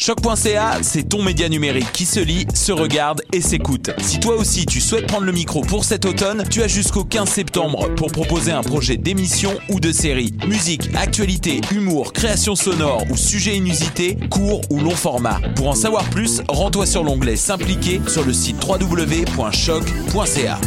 Choc.ca, c'est ton média numérique qui se lit, se regarde et s'écoute. Si toi aussi tu souhaites prendre le micro pour cet automne, tu as jusqu'au 15 septembre pour proposer un projet d'émission ou de série. Musique, actualité, humour, création sonore ou sujet inusité, court ou long format. Pour en savoir plus, rends-toi sur l'onglet S'impliquer sur le site www.choc.ca.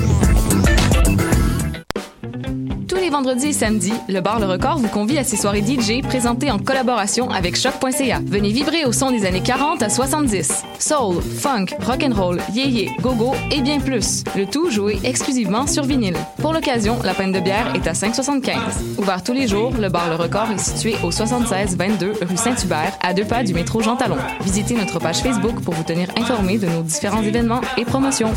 Tous les vendredis et samedis, le bar Le Record vous convie à ses soirées DJ présentées en collaboration avec Choc.ca. Venez vibrer au son des années 40 à 70. Soul, funk, rock'n'roll, yéyé, go-go et bien plus. Le tout joué exclusivement sur vinyle. Pour l'occasion, la pinte de bière est à 5,75. Ouvert tous les jours, le bar Le Record est situé au 76-22 rue Saint-Hubert, à 2 pas du métro Jean Talon. Visitez notre page Facebook pour vous tenir informé de nos différents événements et promotions.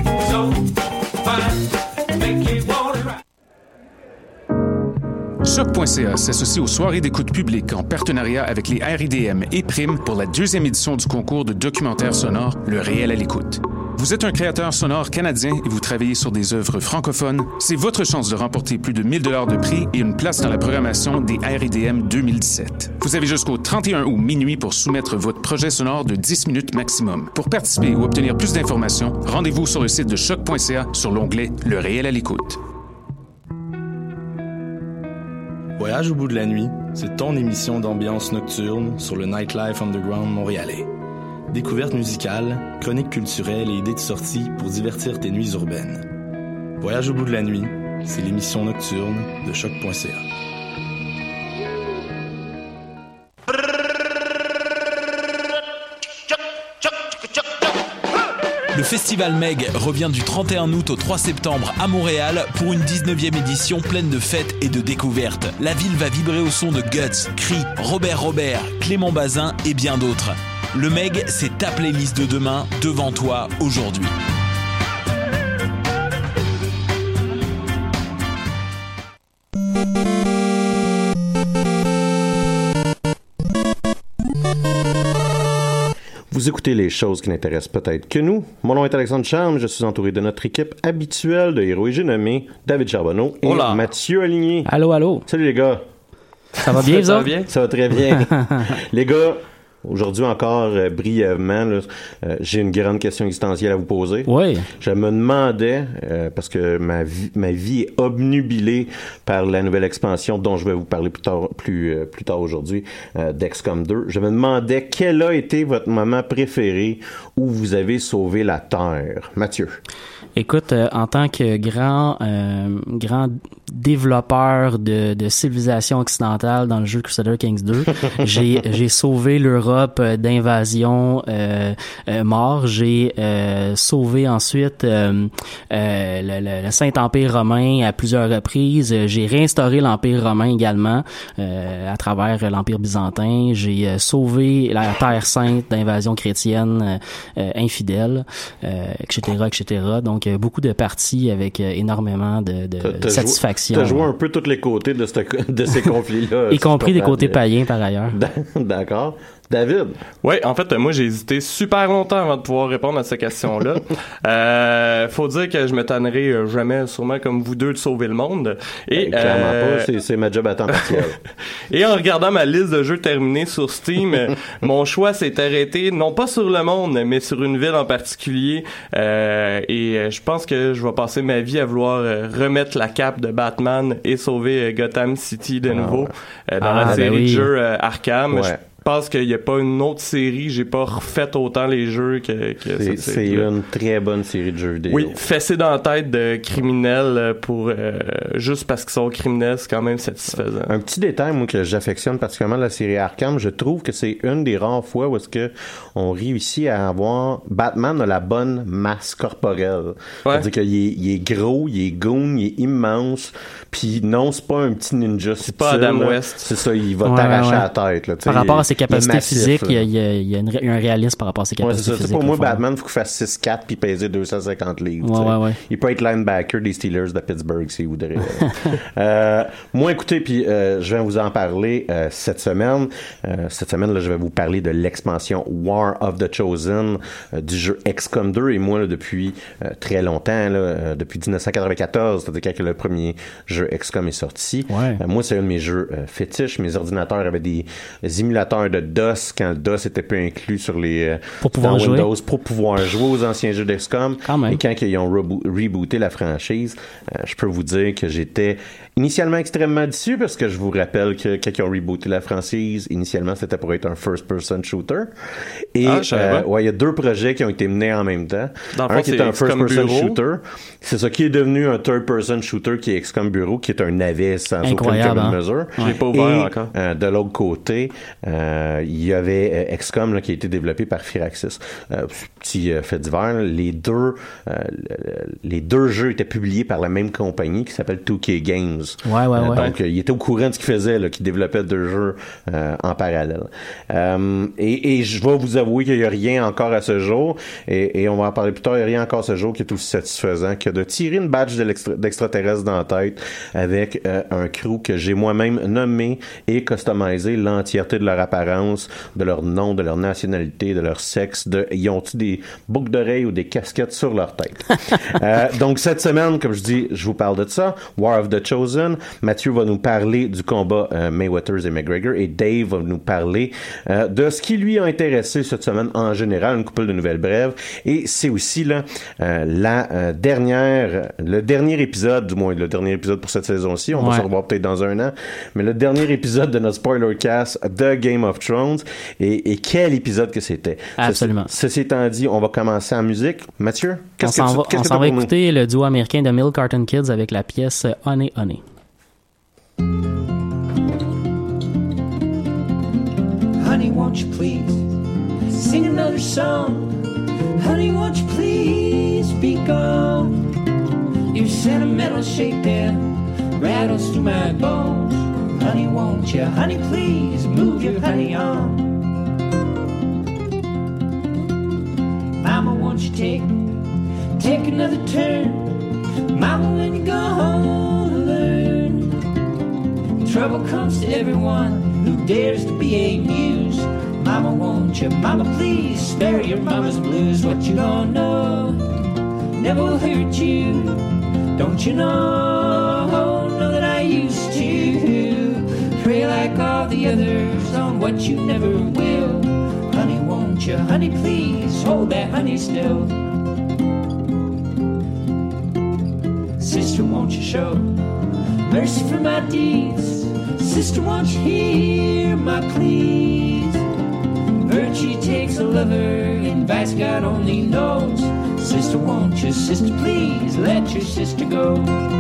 Choc.ca s'associe aux soirées d'écoute publique en partenariat avec les RIDM et Prime pour la 2e édition du concours de documentaire sonore Le Réel à l'écoute. Vous êtes un créateur sonore canadien et vous travaillez sur des œuvres francophones, c'est votre chance de remporter plus de 1 000 $ de prix et une place dans la programmation des RIDM 2017. Vous avez jusqu'au 31 août minuit pour soumettre votre projet sonore de 10 minutes maximum. Pour participer ou obtenir plus d'informations, rendez-vous sur le site de Choc.ca sur l'onglet Le Réel à l'écoute. Voyage au bout de la nuit, c'est ton émission d'ambiance nocturne sur le Nightlife Underground montréalais. Découvertes musicales, chroniques culturelles et idées de sortie pour divertir tes nuits urbaines. Voyage au bout de la nuit, c'est l'émission nocturne de Choc.ca. Le Festival Meg revient du 31 août au 3 septembre à Montréal pour une 19e édition pleine de fêtes et de découvertes. La ville va vibrer au son de Guts, Cri, Robert, Clément Bazin et bien d'autres. Le Meg, c'est ta playlist de demain devant toi aujourd'hui. Vous écoutez les choses qui n'intéressent peut-être que nous. Mon nom est Alexandre Charme, je suis entouré de notre équipe habituelle de héros et j'ai nommé David Charbonneau et Mathieu Aligné. Allô, allô. Salut les gars. Ça va bien, ça va bien? Ça va très bien. Les gars, aujourd'hui encore, brièvement, là, j'ai une grande question existentielle à vous poser. Oui. Je me demandais, parce que ma vie est obnubilée par la nouvelle expansion dont je vais vous parler plus tard aujourd'hui, d'XCOM 2. Je me demandais quel a été votre moment préféré où vous avez sauvé la Terre. Mathieu. Écoute, en tant que grand développeur de civilisation occidentale dans le jeu Crusader Kings 2, j'ai sauvé l'Europe d'invasion mort. J'ai sauvé ensuite le Saint-Empire romain à plusieurs reprises. J'ai réinstauré l'Empire romain également à travers l'Empire byzantin. J'ai sauvé la Terre sainte d'invasion chrétienne infidèle, etc. Donc, beaucoup de parties avec énormément de satisfaction. T'as joué un peu tous les côtés de ces conflits-là. Y compris des côtés païens, par ailleurs. D'accord. David? Oui, en fait, moi, j'ai hésité super longtemps avant de pouvoir répondre à cette question-là. Faut dire que je me tannerai jamais, sûrement comme vous deux, de sauver le monde. Et clairement pas, c'est ma job à temps partiel. Et en regardant ma liste de jeux terminés sur Steam, mon choix s'est arrêté, non pas sur le monde, mais sur une ville en particulier. Et je pense que je vais passer ma vie à vouloir remettre la cape de Batman et sauver Gotham City de nouveau dans la série de jeux Arkham. Ouais. Je pense qu'il n'y a pas une autre série, j'ai pas refait autant les jeux que cette série. C'est une très bonne série de jeux vidéo. Oui, fessé dans la tête de criminels pour juste parce qu'ils sont criminels, c'est quand même satisfaisant. Un petit détail, moi, que j'affectionne particulièrement de la série Arkham, je trouve que c'est une des rares fois où est-ce que on réussit à avoir Batman a la bonne masse corporelle. Ouais. C'est-à-dire qu'il est gros, il est goon, il est immense, puis non, c'est pas un petit ninja. C'est pas Adam West. C'est ça, il va t'arracher la tête. Là, par rapport à ses capacités physiques, il y a un réalisme par rapport à ses capacités physiques. Pour moi, Batman, il faut qu'il fasse 6'4 puis peser 250 livres. Ouais. Il peut être linebacker des Steelers de Pittsburgh s'il voudrait. Moi, écoutez, puis je vais vous en parler cette semaine. Cette semaine, là, je vais vous parler de l'expansion War of the Chosen du jeu XCOM 2. Et moi, là, depuis très longtemps, là, depuis 1994, c'est-à-dire quand le premier jeu XCOM est sorti, moi, c'est un de mes jeux fétiches. Mes ordinateurs avaient des émulateurs serveur de DOS quand le DOS était peu inclus sur les pour pouvoir jouer. Windows pour pouvoir jouer aux anciens jeux d'XCOM. Et quand ils ont rebooté la franchise, je peux vous dire que j'étais initialement extrêmement déçu parce que je vous rappelle que quand ils ont rebooté la franchise, initialement c'était pour être un first-person shooter. Et il y a 2 projets qui ont été menés en même temps. Un qui est un first-person shooter. C'est ça qui est devenu un third-person shooter qui est XCOM Bureau, qui est un navet sans aucune commune mesure. Je l'ai pas ouvert encore. De l'autre côté, il y avait XCOM là, qui a été développé par Firaxis. Petit fait divers, les deux jeux étaient publiés par la même compagnie qui s'appelle 2K Games. Donc, il était au courant de ce qu'il faisait, là, qu'il développait 2 jeux en parallèle. Et je vais vous avouer qu'il n'y a rien encore à ce jour, et on va en parler plus tard, il n'y a rien encore à ce jour qui est aussi satisfaisant que de tirer une badge d'extraterrestre dans la tête avec un crew que j'ai moi-même nommé et customisé l'entièreté de leur apparence, de leur nom, de leur nationalité, de leur sexe, ils ont-ils des boucles d'oreilles ou des casquettes sur leur tête. Donc cette semaine, comme je dis, je vous parle de ça, War of the Chosen. Mathieu va nous parler du combat Mayweather et McGregor, et Dave va nous parler de ce qui lui a intéressé cette semaine en général, une couple de nouvelles brèves, et c'est aussi là le dernier épisode, du moins le dernier épisode pour cette saison-ci, on va se revoir peut-être dans un an, mais le dernier épisode de notre spoiler cast de Game of Thrones, et quel épisode que c'était. Absolument. Ceci étant dit, on va commencer en musique. Mathieu, on s'en va écouter le duo américain de Milk Carton Kids avec la pièce Honey Honey. Honey, won't you please sing another song? Honey, won't you please be gone? Your sentimental shakedown rattles through my bones. Honey, won't you, honey, please move your honey on? Mama, won't you take another turn? Mama, when you go home to learn, trouble comes to everyone who dares to be a muse. Mama, won't you, mama, please spare your mama's blues. What you don't know never will hurt you. Don't you know that I used to pray like all the others on what you never will. Honey, won't you, honey, please hold that honey still. Sister, won't you show mercy for my deeds? Sister, won't you hear my pleas? Virtue takes a lover, and vice God only knows. Sister, won't you, sister, please let your sister go.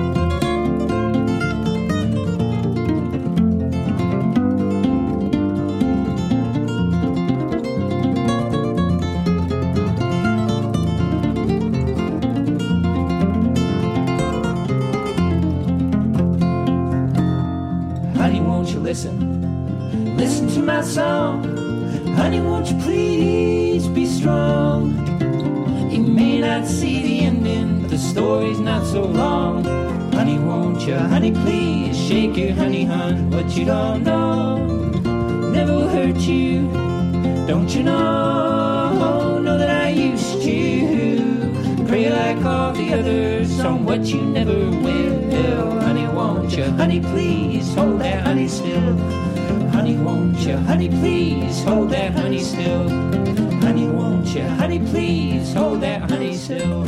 Listen to my song. Honey, won't you please be strong? You may not see the ending, but the story's not so long. Honey, won't you, honey, please shake your honey, hun. What you don't know never will hurt you. Don't you know that I used to pray like all the others on what you never will. Honey, won't you, honey, please hold that honey still. Honey, won't you, honey, please hold that honey still. Honey, won't you, honey, please hold that honey still.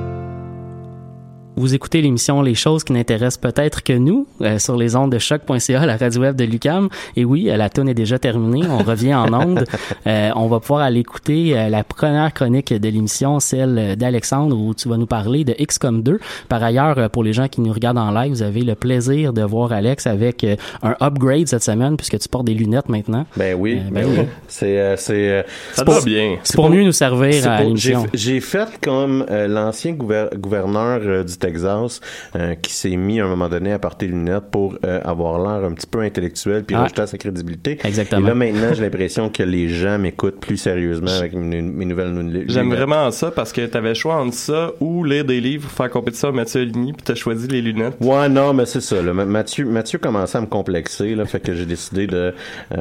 Vous écoutez l'émission Les choses qui n'intéressent peut-être que nous sur les ondes de choc.ca, la radio web de l'UQAM. Et oui, la tourne est déjà terminée. On revient en ondes. On va pouvoir aller écouter la première chronique de l'émission, celle d'Alexandre, où tu vas nous parler de XCOM 2. Par ailleurs, pour les gens qui nous regardent en live, vous avez le plaisir de voir Alex avec un upgrade cette semaine, puisque tu portes des lunettes maintenant. Ben oui. C'est ça va bien. C'est pour mieux nous servir à l'émission. J'ai fait comme l'ancien gouverneur du Texas qui s'est mis à un moment donné à porter des lunettes pour avoir l'air un petit peu intellectuel puis rajouter à sa crédibilité. Exactement. Et là maintenant j'ai l'impression que les gens m'écoute plus sérieusement avec mes nouvelles lunettes. J'aime vraiment ça parce que t'avais le choix entre ça ou beaucoup lire des livres pour faire compétition à Mathieu Aligny, puis t'as choisi les lunettes. Ouais, non, mais c'est ça. Là. Mathieu commençait à me complexer, là, fait que j'ai décidé de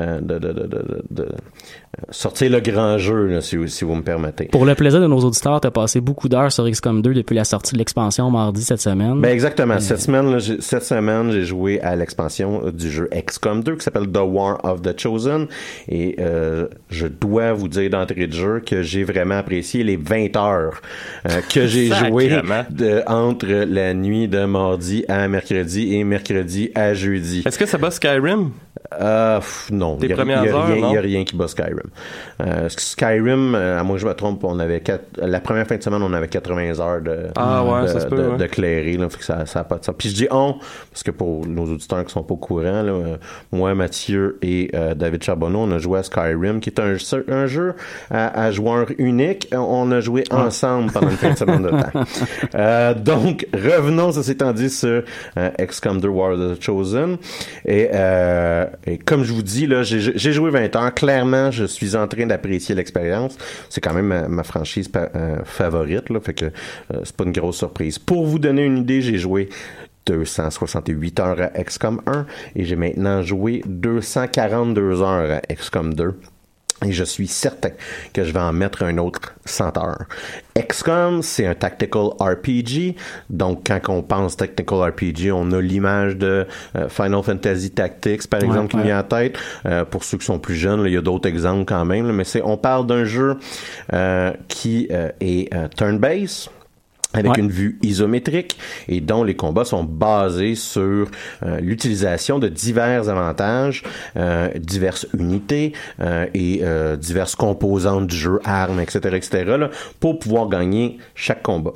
sortir le grand jeu, là, si vous me permettez. Pour le plaisir de nos auditeurs, t'as passé beaucoup d'heures sur XCOM 2 depuis la sortie de l'expansion mardi cette semaine. Ben exactement. Cette semaine, j'ai joué à l'expansion du jeu XCOM 2 qui s'appelle The War of the Chosen. Et je dois vous dire d'entrée de jeu que j'ai vraiment apprécié les 20 heures que j'ai joué entre la nuit de mardi à mercredi et mercredi à jeudi. Est-ce que ça bat Skyrim? Non. Il y a rien qui bat Skyrim. Skyrim, à moins que je me trompe, on avait la première fin de semaine, on avait 80 heures de clairer, là, fait que ça a pas de sens. Puis je dis parce que pour nos auditeurs qui sont pas au courant, là, moi, Mathieu et David Charbonneau, on a joué à Skyrim, qui est un jeu à joueur unique. On a joué ensemble pendant une fin de semaine de temps. Donc, revenons, ça s'étant dit, sur XCOM 2 War of the Chosen. Et comme je vous dis, là, j'ai joué 20 heures. Clairement, je suis en train d'apprécier l'expérience. C'est quand même ma franchise favorite, là, fait que c'est pas une grosse surprise. Pour vous donner une idée, j'ai joué 268 heures à XCOM 1 et j'ai maintenant joué 242 heures à XCOM 2. Et je suis certain que je vais en mettre un autre 100 heures. XCOM, c'est un tactical RPG. Donc, quand on pense tactical RPG, on a l'image de Final Fantasy Tactics, par exemple, qui me vient en tête. Pour ceux qui sont plus jeunes, là, il y a d'autres exemples quand même. Là, mais on parle d'un jeu qui est turn-based, avec une vue isométrique et dont les combats sont basés sur l'utilisation de divers avantages, diverses unités et diverses composantes du jeu, armes, etc., là, pour pouvoir gagner chaque combat.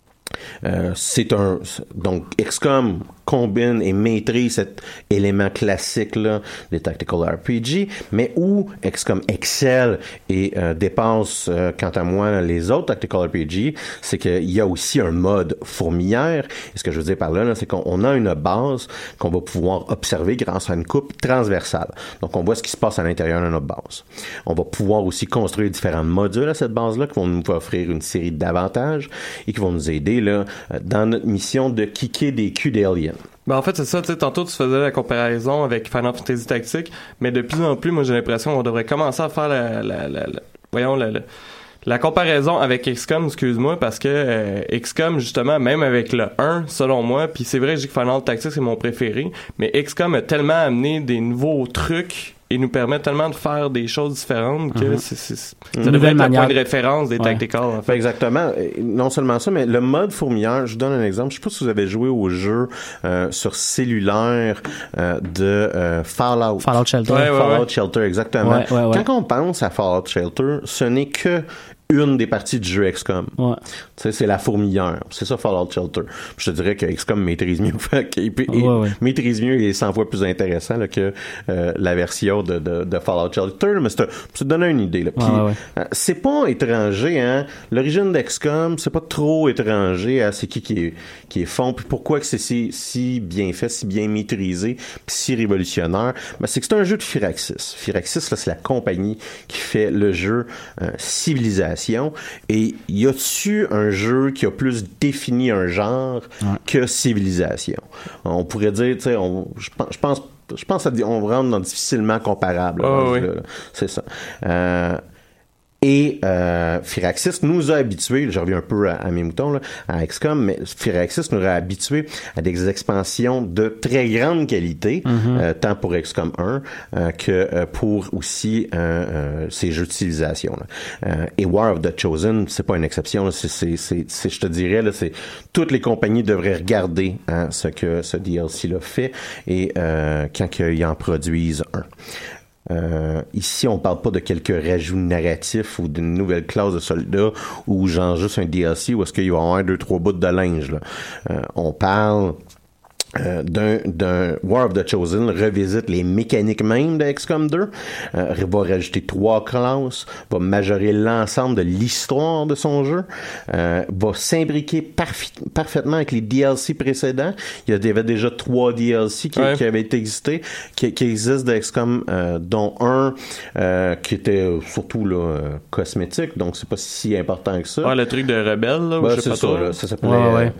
Donc XCOM combine et maîtrise cet élément classique là des tactical RPG, mais où XCOM excelle et dépasse quant à moi les autres tactical RPG, c'est qu'il y a aussi un mode fourmilière. Et ce que je veux dire par là, c'est qu'on a une base qu'on va pouvoir observer grâce à une coupe transversale. Donc on voit ce qui se passe à l'intérieur de notre base. On va pouvoir aussi construire différents modules à cette base-là qui vont nous offrir une série d'avantages et qui vont nous aider là dans notre mission de kicker des culs d'aliens. Ben en fait, c'est ça, tu sais, tantôt tu faisais la comparaison avec Final Fantasy Tactics, mais de plus en plus, moi j'ai l'impression qu'on devrait commencer à faire la comparaison avec XCOM, excuse-moi, parce que XCOM, justement, même avec le 1, selon moi, puis c'est vrai, je dis que Final Tactics c'est mon préféré, mais XCOM a tellement amené des nouveaux trucs et nous permet tellement de faire des choses différentes que ça devrait être le point de référence des tacticals, en fait. Exactement. Non seulement ça, mais le mode fourmilière, je vous donne un exemple. Je sais pas si vous avez joué au jeu sur cellulaire de Fallout. Fallout Shelter. Fallout Shelter, exactement. Quand on pense à Fallout Shelter, ce n'est que une des parties du jeu XCOM. Tu sais, c'est la fourmilière. C'est ça, Fallout Shelter. Puis je te dirais que XCOM maîtrise mieux, maîtrise mieux et est 100 fois plus intéressant là, que la version de Fallout Shelter. Mais c'est te donner une idée. Là. Puis, c'est pas étranger, hein. L'origine d'XCOM, c'est pas trop étranger à c'est qui est fond. Puis pourquoi que c'est si bien fait, si bien maîtrisé, puis si révolutionnaire. Ben, c'est que c'est un jeu de Firaxis. Firaxis, là, c'est la compagnie qui fait le jeu Civilisation. Et y a-tu un jeu qui a plus défini un genre que Civilisation? On pourrait dire, tu sais, je pense on rentre dans difficilement comparable. Là. C'est ça. Et Firaxis nous a habitués, je reviens un peu à mes moutons là, à XCOM, mais Firaxis nous a habitués à des expansions de très grande qualité, tant pour XCOM 1 que pour aussi ces jeux de civilisation. Là. Et War of the Chosen, c'est pas une exception. Là, c'est je te dirais là, c'est toutes les compagnies devraient regarder ce que ce DLC-là fait et quand ils en produisent un. Ici, on parle pas de quelques rajouts narratifs ou d'une nouvelle classe de soldats ou genre juste un DLC où est-ce qu'il va y avoir 2-3 bouts de linge. Là. On parle d'un War of the Chosen revisite les mécaniques même de XCOM 2, va rajouter 3 classes, va majorer l'ensemble de l'histoire de son jeu, va s'imbriquer parfaitement avec les DLC précédents. Il y avait déjà 3 DLC qui avaient existé, qui existent de XCOM, dont un qui était surtout là, cosmétique, donc c'est pas si important que ça. Le truc de rebelle, là, ben, je sais pas ça, là, ça s'appelait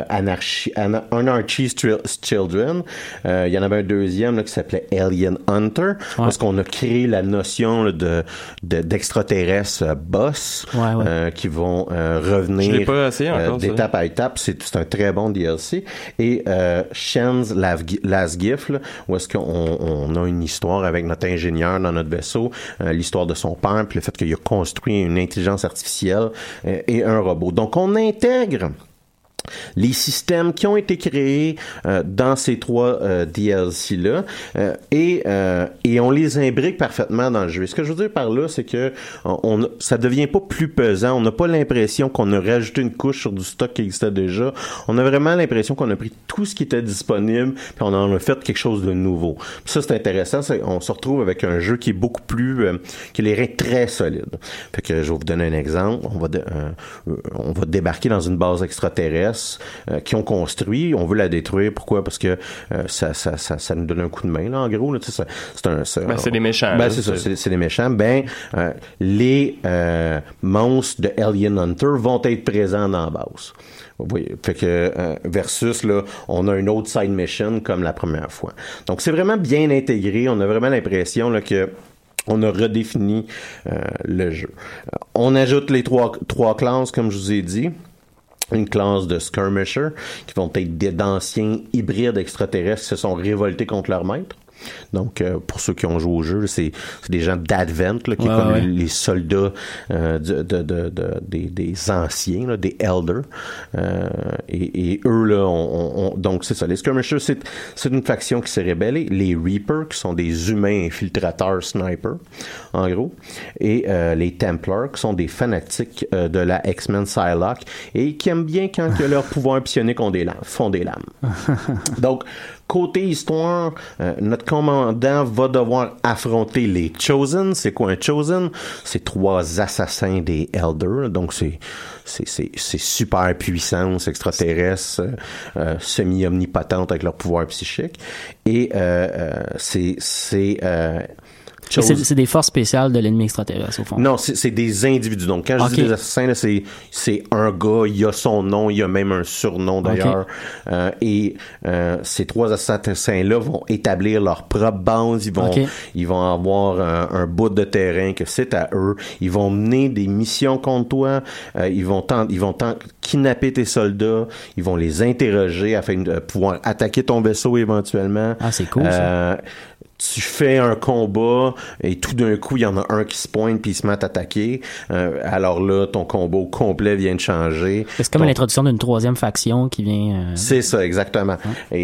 Anarchy's Children. Il y en avait un deuxième là, qui s'appelait Alien Hunter, parce qu'on a créé la notion là, d'extraterrestres boss qui vont revenir d'étape à étape. C'est un très bon DLC. Et Shen's Last Gift, là, où est-ce qu'on a une histoire avec notre ingénieur dans notre vaisseau, l'histoire de son père, puis le fait qu'il a construit une intelligence artificielle et un robot. Donc on intègre les systèmes qui ont été créés dans ces 3 DLC-là et on les imbrique parfaitement dans le jeu. Et ce que je veux dire par là, c'est que ça devient pas plus pesant. On n'a pas l'impression qu'on a rajouté une couche sur du stock qui existait déjà. On a vraiment l'impression qu'on a pris tout ce qui était disponible puis on en a fait quelque chose de nouveau. Puis ça, c'est intéressant. On se retrouve avec un jeu qui est beaucoup plus... qui a les reins très solides. Fait que je vais vous donner un exemple. On va débarquer dans une base extraterrestre qui ont construit, on veut la détruire. Pourquoi? Parce que ça nous donne un coup de main, là, en gros. Là, c'est des méchants. Ben, c'est ça, c'est des méchants. Les monstres de Alien Hunter vont être présents dans la base. Vous voyez, fait que versus là, on a une autre side mission comme la première fois. Donc c'est vraiment bien intégré. On a vraiment l'impression là que on a redéfini le jeu. On ajoute les trois classes, comme je vous ai dit. Une classe de skirmisher qui vont être d'anciens hybrides extraterrestres qui se sont révoltés contre leur maître. Donc, pour ceux qui ont joué au jeu, c'est des gens d'Advent, là, qui est comme les soldats des anciens, là, des Elders. Et eux, là, donc c'est ça. Les Skirmishers, c'est une faction qui s'est rébellée. Les Reapers, qui sont des humains infiltrateurs snipers, en gros. Et les Templars, qui sont des fanatiques de la X-Men Psylocke et qui aiment bien quand que leurs pouvoirs psioniques font des lames. Donc, côté histoire, notre commandant va devoir affronter les Chosen. C'est quoi un Chosen? C'est 3 assassins des Elders. Donc, c'est super puissance extraterrestre, semi-omnipotente avec leur pouvoir psychique. Et c'est des forces spéciales de l'ennemi extraterrestre, au fond. Non, c'est des individus. Donc, quand je dis des assassins, là, c'est un gars, il a son nom, il a même un surnom, d'ailleurs. Ces 3 assassins-là vont établir leur propre base. Ils vont avoir un bout de terrain que c'est à eux. Ils vont mener des missions contre toi. Ils vont kidnapper tes soldats. Ils vont les interroger afin de pouvoir attaquer ton vaisseau éventuellement. Ah, c'est cool, ça. Tu fais un combat et tout d'un coup, il y en a un qui se pointe puis il se met à t'attaquer. Alors là, ton combo complet vient de changer. C'est comme l'introduction d'une 3e faction qui vient... C'est ça, exactement.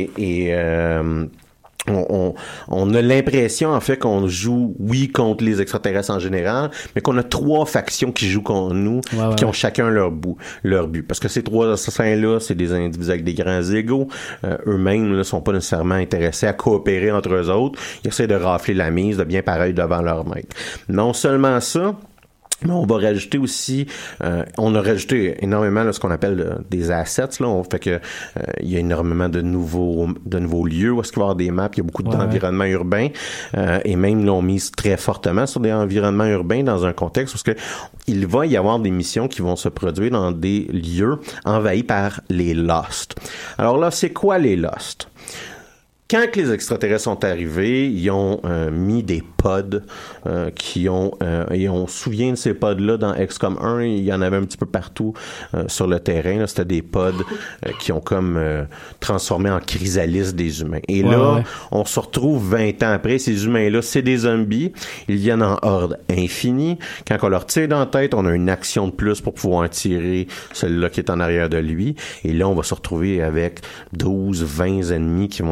On a l'impression, en fait, qu'on joue, contre les extraterrestres en général, mais qu'on a 3 factions qui jouent contre nous, qui ont chacun leur but. Parce que ces 3 assassins-là, c'est des individus avec des grands égos. Eux-mêmes, là, sont pas nécessairement intéressés à coopérer entre eux autres. Ils essaient de rafler la mise, de bien pareil devant leur maître. Non seulement ça, mais on va rajouter aussi, on a rajouté énormément là, ce qu'on appelle des assets. Là, on fait que il y a énormément de nouveaux lieux où est-ce qu'il va y avoir des maps. Il y a beaucoup d'environnements urbains et même là, on mise très fortement sur des environnements urbains dans un contexte parce que il va y avoir des missions qui vont se produire dans des lieux envahis par les Lost. Alors là, c'est quoi les Lost? Quand les extraterrestres sont arrivés, ils ont mis des pods et on se souvient de ces pods-là dans XCOM 1, il y en avait un petit peu partout sur le terrain. Là, c'était des pods qui ont comme transformé en chrysalis des humains. Et là, on se retrouve 20 ans après, ces humains-là, c'est des zombies. Ils viennent en horde infinie. Quand on leur tire dans la tête, on a une action de plus pour pouvoir tirer celui-là qui est en arrière de lui. Et là, on va se retrouver avec 12, 20 ennemis qui vont essayer de nous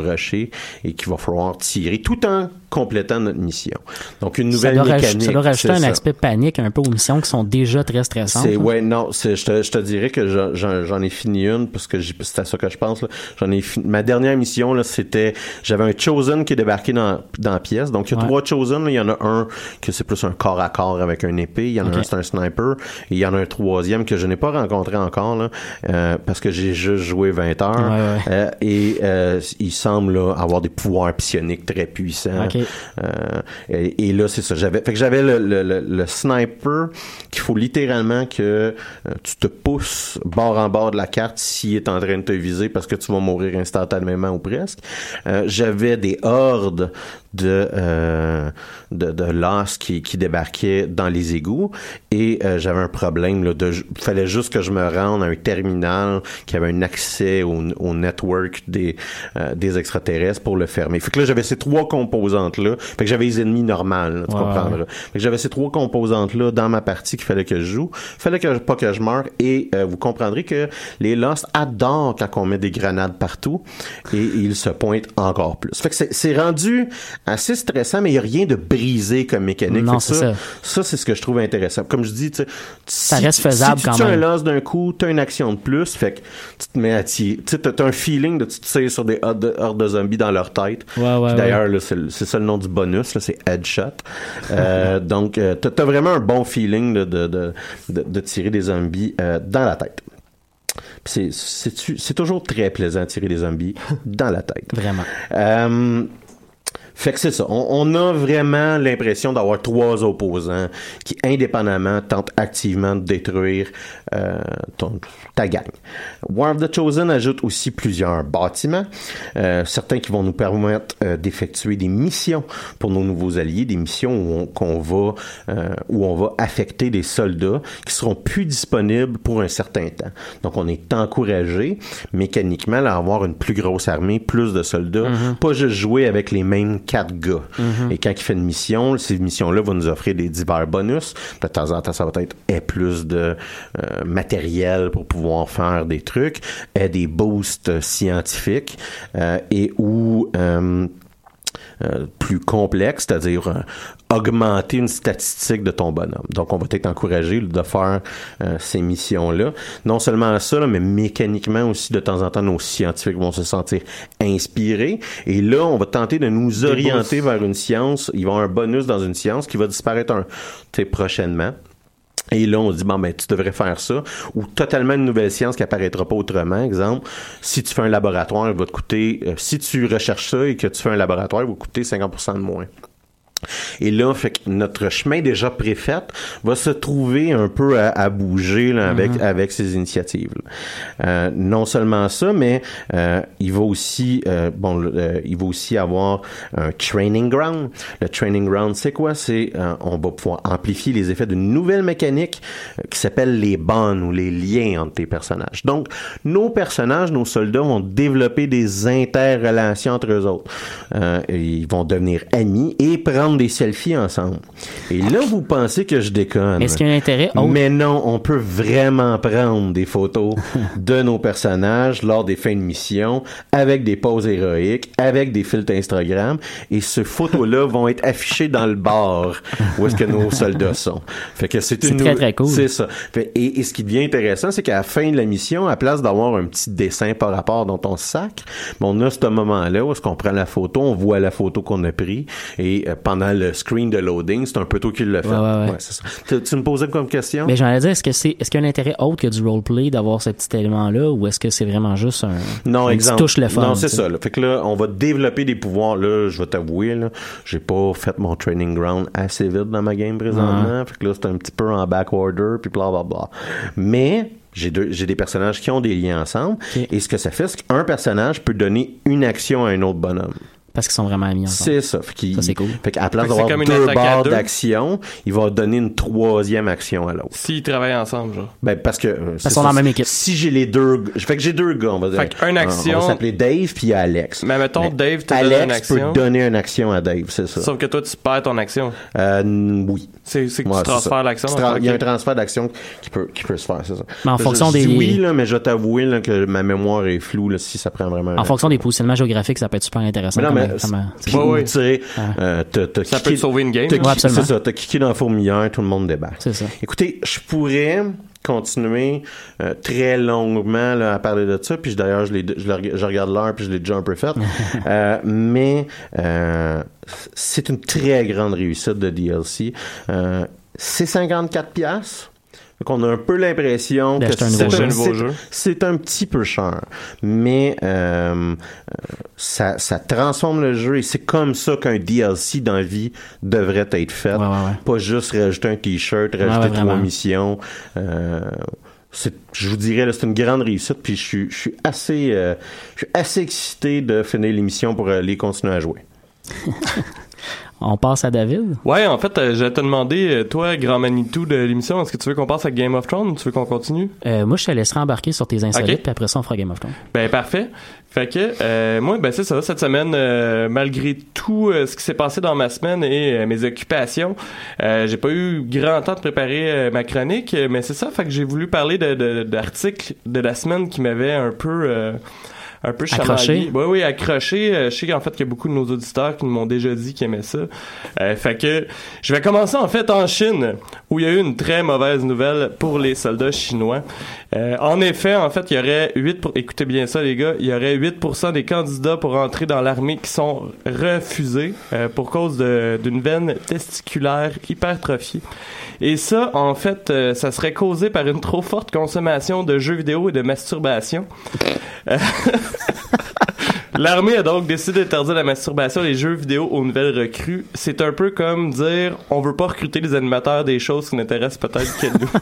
rusher et qu'il va falloir tirer tout en complétant notre mission. Donc, une nouvelle mécanique. Ça doit rajouter un aspect panique un peu aux missions qui sont déjà très stressantes. Je te dirais que j'en ai fini une parce que c'est à ça que je pense. Là. Ma dernière mission, là, j'avais un Chosen qui est débarqué dans la pièce. Donc, il y a 3 Chosen. Il y en a un que c'est plus un corps à corps avec un épée. Il y en a un, c'est un sniper. Et il y en a un 3e que je n'ai pas rencontré encore là, parce que j'ai juste joué 20 heures. Il semble là, avoir des pouvoirs psioniques très puissants. Et là, c'est ça. J'avais le sniper qu'il faut littéralement que tu te pousses bord en bord de la carte s'il est en train de te viser parce que tu vas mourir instantanément ou presque. J'avais des hordes de Lost qui débarquaient dans les égouts et j'avais un problème là, fallait juste que je me rende à un terminal qui avait un accès au network des extraterrestres pour le fermer. Fait que là j'avais ces 3 composantes là, fait que j'avais les ennemis normales, là, tu comprendras. Fait que j'avais ces 3 composantes là dans ma partie qu'il fallait que je joue, fallait pas que je meure et vous comprendrez que les Lost adorent quand on met des grenades partout et ils se pointent encore plus. Fait que c'est rendu assez stressant, mais il n'y a rien de brisé comme mécanique. Non, ça, c'est ce que je trouve intéressant. Comme je dis, ça reste faisable quand même. Si tu as un Lost d'un coup, tu as une action de plus, fait que tu te mets à tirer. Tu as un feeling de tu te tires sur des hordes de zombies dans leur tête. D'ailleurs, là, c'est ça le nom du bonus, là, c'est Headshot. Donc, tu as vraiment un bon feeling de tirer des zombies dans la tête. C'est toujours très plaisant de tirer des zombies dans la tête. Vraiment. Fait que c'est ça. On a vraiment l'impression d'avoir 3 opposants qui, indépendamment, tentent activement de détruire ta gang. War of the Chosen ajoute aussi plusieurs bâtiments, certains qui vont nous permettre d'effectuer des missions pour nos nouveaux alliés, des missions où on va affecter des soldats qui seront plus disponibles pour un certain temps. Donc, on est encouragé mécaniquement à avoir une plus grosse armée, plus de soldats, pas juste jouer avec les mêmes 4 gars. Et quand il fait une mission, ces missions-là vont nous offrir des divers bonus. De temps en temps, ça va être plus de matériel pour pouvoir faire des trucs, des boosts scientifiques ou plus complexe, c'est-à-dire augmenter une statistique de ton bonhomme. Donc, on va être encouragé de faire ces missions-là. Non seulement ça, là, mais mécaniquement aussi, de temps en temps, nos scientifiques vont se sentir inspirés. Et là, on va tenter de nous orienter vers une science. Ils vont avoir un bonus dans une science qui va disparaître prochainement. Et là, on dit, tu devrais faire ça. Ou totalement une nouvelle science qui apparaîtra pas autrement. Exemple, si tu fais un laboratoire, il va te coûter, si tu recherches ça et que tu fais un laboratoire, il va coûter 50% de moins. Et là, fait que notre chemin déjà préfait va se trouver un peu à bouger là, avec ces initiatives. Non seulement ça, mais il va aussi avoir un training ground. Le training ground, c'est quoi? C'est on va pouvoir amplifier les effets d'une nouvelle mécanique qui s'appelle les bonds ou les liens entre tes personnages. Donc, nos personnages, nos soldats vont développer des interrelations entre eux autres. Ils vont devenir amis et prendre des selfies ensemble. Et là, vous pensez que je déconne. Est-ce qu'il y a un intérêt autre? Mais non, on peut vraiment prendre des photos de nos personnages lors des fins de mission, avec des poses héroïques, avec des filtres Instagram, et ces photos-là vont être affichées dans le bar où est-ce que nos soldats sont. Fait que c'est très, très cool. C'est ça. Et ce qui devient intéressant, c'est qu'à la fin de la mission, à place d'avoir un petit dessin par rapport dont on se sacre, on a ce moment-là où est-ce qu'on prend la photo, on voit la photo qu'on a prise, et pendant le screen de loading, c'est un peu toi qui le fait. Ouais, c'est ça. Tu me posais comme question? Mais j'allais dire, est-ce qu'il y a un intérêt autre que du roleplay d'avoir ce petit élément-là, ou est-ce que c'est vraiment juste une petite touche le fun? Non, c'est ça. Là. Fait que là, on va développer des pouvoirs. Là, je vais t'avouer, là, j'ai pas fait mon training ground assez vite dans ma game présentement. Fait que là, c'est un petit peu en backorder, puis blablabla. Mais j'ai des personnages qui ont des liens ensemble. Okay. Et ce que ça fait, c'est qu'un personnage peut donner une action à un autre bonhomme. Parce qu'ils sont vraiment amis ensemble. C'est ça. Ça, c'est cool. Fait qu'à la place Fait que c'est d'avoir comme une 2 attaque à barres 2. d'action, il va donner une 3e action à l'autre. S'ils travaillent ensemble, genre. Ben, parce que... Parce qu'on est dans la même équipe. Si j'ai les 2... Fait que j'ai 2 gars, on va dire. Fait qu'une action... On va s'appeler Dave, puis il y a Alex. Mais mettons, Dave te donne Alex une action. peut donner une action à Dave, c'est ça. Sauf que toi, tu perds ton action. Oui. C'est que Ouais, tu transfères ça. l'action. Il y a un Ok. transfert d'action qui peut se faire, c'est ça. Mais en fonction je dis des... oui, là, mais je vais t'avouer là, que ma mémoire est floue là, si ça prend vraiment... En fonction des positionnements géographiques, ça peut être super intéressant. Mais non, mais c'est- Ouais. tu sais, t'as Ça kické- peut te sauver une game. t'as là. Ouais, kické- absolument. c'est ça, t'as kické dans la fourmilière, tout le monde débarque. C'est ça. Écoutez, je pourrais continuer très longuement là, à parler de ça, puis d'ailleurs je regarde l'heure puis je l'ai déjà un peu fait, mais c'est une très grande réussite de DLC. C'est 54$. Donc on a un peu l'impression que D'acheter un nouveau jeu. c'est un petit peu cher, mais ça transforme le jeu et c'est comme ça qu'un DLC dans la vie devrait être fait. Ouais. Pas juste rajouter un t-shirt, rajouter ouais, 3 vraiment. missions. Je vous dirais, là, c'est une grande réussite, puis je suis assez excité de finir l'émission pour aller continuer à jouer. On passe à David. Ouais, en fait, je vais te demander, toi, grand Manitou de l'émission, est-ce que tu veux qu'on passe à Game of Thrones ou tu veux qu'on continue? Moi, je te laisserai embarquer sur tes insolites, Ok. puis après ça, on fera Game of Thrones. Ben, parfait. Fait que, moi, ben, c'est ça, cette semaine, malgré tout ce qui s'est passé dans ma semaine et mes occupations, j'ai pas eu grand temps de préparer ma chronique, mais c'est ça, fait que j'ai voulu parler d'articles de la semaine qui m'avaient un peu Accroché. chamaillé. Oui, accroché. Je sais qu'en fait, qu'il y a beaucoup de nos auditeurs qui m'ont déjà dit qu'ils aimaient ça. Fait que je vais commencer en fait en Chine, où il y a eu une très mauvaise nouvelle pour les soldats chinois. En effet, en fait, il y aurait écoutez bien ça les gars, il y aurait 8% des candidats pour entrer dans l'armée qui sont refusés pour cause d'une veine testiculaire hypertrophiée. Et ça, en fait, ça serait causé par une trop forte consommation de jeux vidéo et de masturbation. L'armée a donc décidé d'interdire la masturbation et les jeux vidéo aux nouvelles recrues. C'est un peu comme dire on veut pas recruter les animateurs des choses qui n'intéressent peut-être que nous.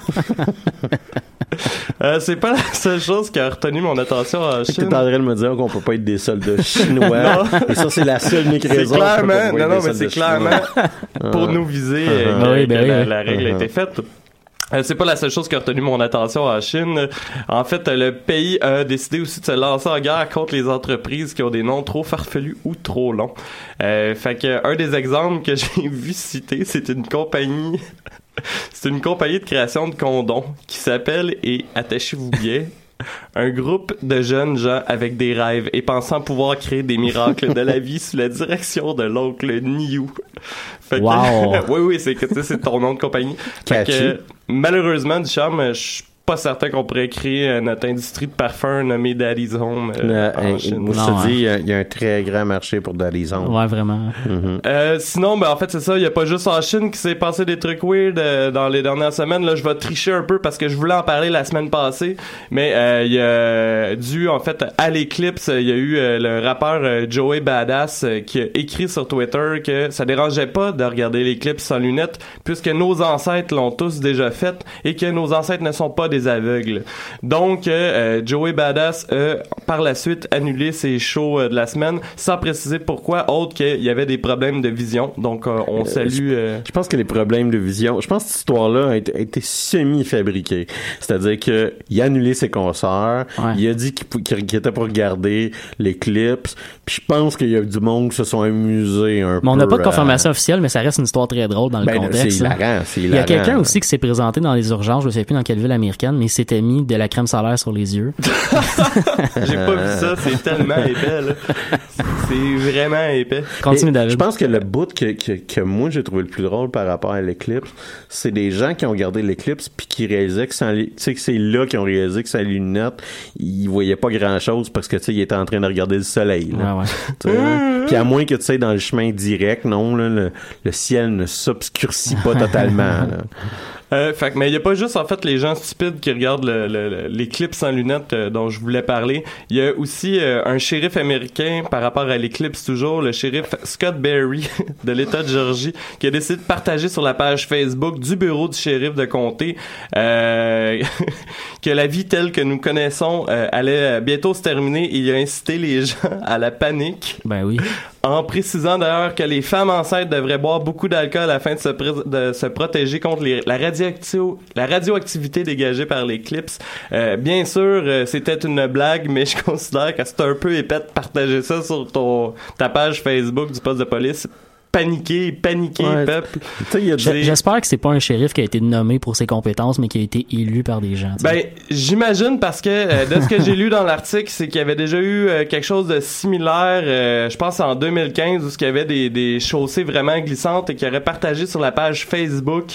C'est pas la seule chose qui a retenu mon attention en T'es Chine. en train de me dire qu'on peut pas être des soldats chinois. Et ça, c'est la seule unique C'est raison. clairement, qu'on peut pas être des mais c'est soldats clairement chinois. pour nous viser oui, ben que oui. la règle a été faite. C'est pas la seule chose qui a retenu mon attention en Chine. En fait, le pays a décidé aussi de se lancer en guerre contre les entreprises qui ont des noms trop farfelus ou trop longs. Fait que un des exemples que j'ai vu citer, c'est une compagnie de création de condoms qui s'appelle, et attachez-vous bien, un groupe de jeunes gens avec des rêves et pensant pouvoir créer des miracles de la vie sous la direction de l'oncle Niu. Fait que, Wow. oui, c'est que tu sais, c'est ton nom de compagnie. Fait Catchy. que, malheureusement, Ducharme, je suis pas certain qu'on pourrait créer notre industrie de parfum nommée Daddy's Home en Chine. Moi, je Non, te dis, il y a un très grand marché pour Daddy's Home. Ouais, vraiment. Sinon, ben en fait c'est ça, il y a pas juste en Chine qui s'est passé des trucs weird dans les dernières semaines. Là, je vais tricher un peu parce que je voulais en parler la semaine passée, mais il y a dû en fait à l'éclipse, il y a eu le rappeur Joey Badass qui a écrit sur Twitter que ça dérangeait pas de regarder l'éclipse sans lunettes puisque nos ancêtres l'ont tous déjà fait et que nos ancêtres ne sont pas des aveugles. Donc Joey Badass a par la suite annulé ses shows de la semaine sans préciser pourquoi, autre qu'il y avait des problèmes de vision. Donc on salue Je pense que les problèmes de vision, je pense que cette histoire-là a été semi-fabriquée. C'est-à-dire que il a annulé ses concerts, Ouais. il a dit qu'il était pour regarder l'éclipse, puis je pense qu'il y a du monde qui se sont amusés un peu. Mais on n'a pas de confirmation officielle, mais ça reste une histoire très drôle dans le Ben, contexte. c'est là. hilarant, c'est Il y a hilarant. quelqu'un aussi qui s'est présenté dans les urgences, je ne sais plus dans quelle ville américaine, mais il s'était mis de la crème solaire sur les yeux. j'ai pas vu ça, c'est tellement épais là. C'est vraiment épais. Continue, Et David. Je pense que le bout que moi j'ai trouvé le plus drôle par rapport à l'éclipse, c'est des gens qui ont regardé l'éclipse puis qui réalisaient que sans tu sais que c'est là qu'ils ont réalisé que sans les lunettes, ils voyaient pas grand-chose parce que tu sais ils étaient en train de regarder le soleil. Là. Ouais. Tu sais, hein? Puis à moins que tu sais dans le chemin direct, non là, le ciel ne s'obscurcit pas totalement. Là. Fait que, mais il y a pas juste en fait les gens stupides qui regardent l'éclipse sans lunettes dont je voulais parler. Il y a aussi un shérif américain par rapport à l'éclipse toujours, le shérif Scott Berry de l'État de Géorgie, qui a décidé de partager sur la page Facebook du bureau du shérif de comté que la vie telle que nous connaissons allait bientôt se terminer. Et il a incité les gens à la panique Ben oui. en précisant d'ailleurs que les femmes enceintes devraient boire beaucoup d'alcool afin de se protéger contre la radioactivité dégagée par les clips. Bien sûr, c'était une blague, mais je considère que c'est un peu épais de partager ça sur ta page Facebook du poste de police. Paniquer, ouais, peuple. J'espère que c'est pas un shérif qui a été nommé pour ses compétences, mais qui a été élu par des gens. T'sais. Ben, j'imagine parce que de ce que j'ai lu dans l'article, c'est qu'il y avait déjà eu quelque chose de similaire, je pense en 2015, où il y avait des chaussées vraiment glissantes et qui aurait partagé sur la page Facebook,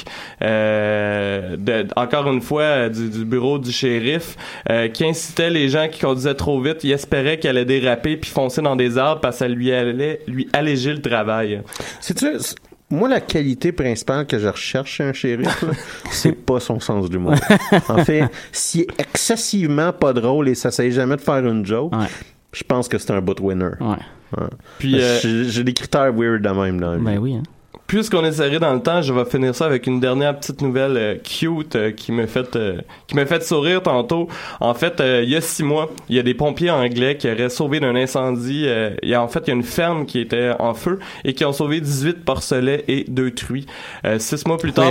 encore une fois, du bureau du shérif, qui incitait les gens qui conduisaient trop vite, ils espéraient qu'elle allait déraper puis foncer dans des arbres parce que ça lui allait lui alléger le travail. C'est-tu, moi, la qualité principale que je recherche chez un shérif, là, c'est pas son sens d'humour. En fait, s'il est excessivement pas drôle et s'essaye jamais de faire une joke, je pense que c'est un butt winner. Ouais. Puis, j'ai des critères weird de même dans la vie. Ben oui, hein. Puisqu'on est serré dans le temps, je vais finir ça avec une dernière petite nouvelle cute qui m'a fait sourire tantôt. En fait, il y a 6 mois, il y a des pompiers anglais qui auraient sauvé d'un incendie. Il y a une ferme qui était en feu et qui ont sauvé 18 porcelets et 2 truies. 6 mois plus tard,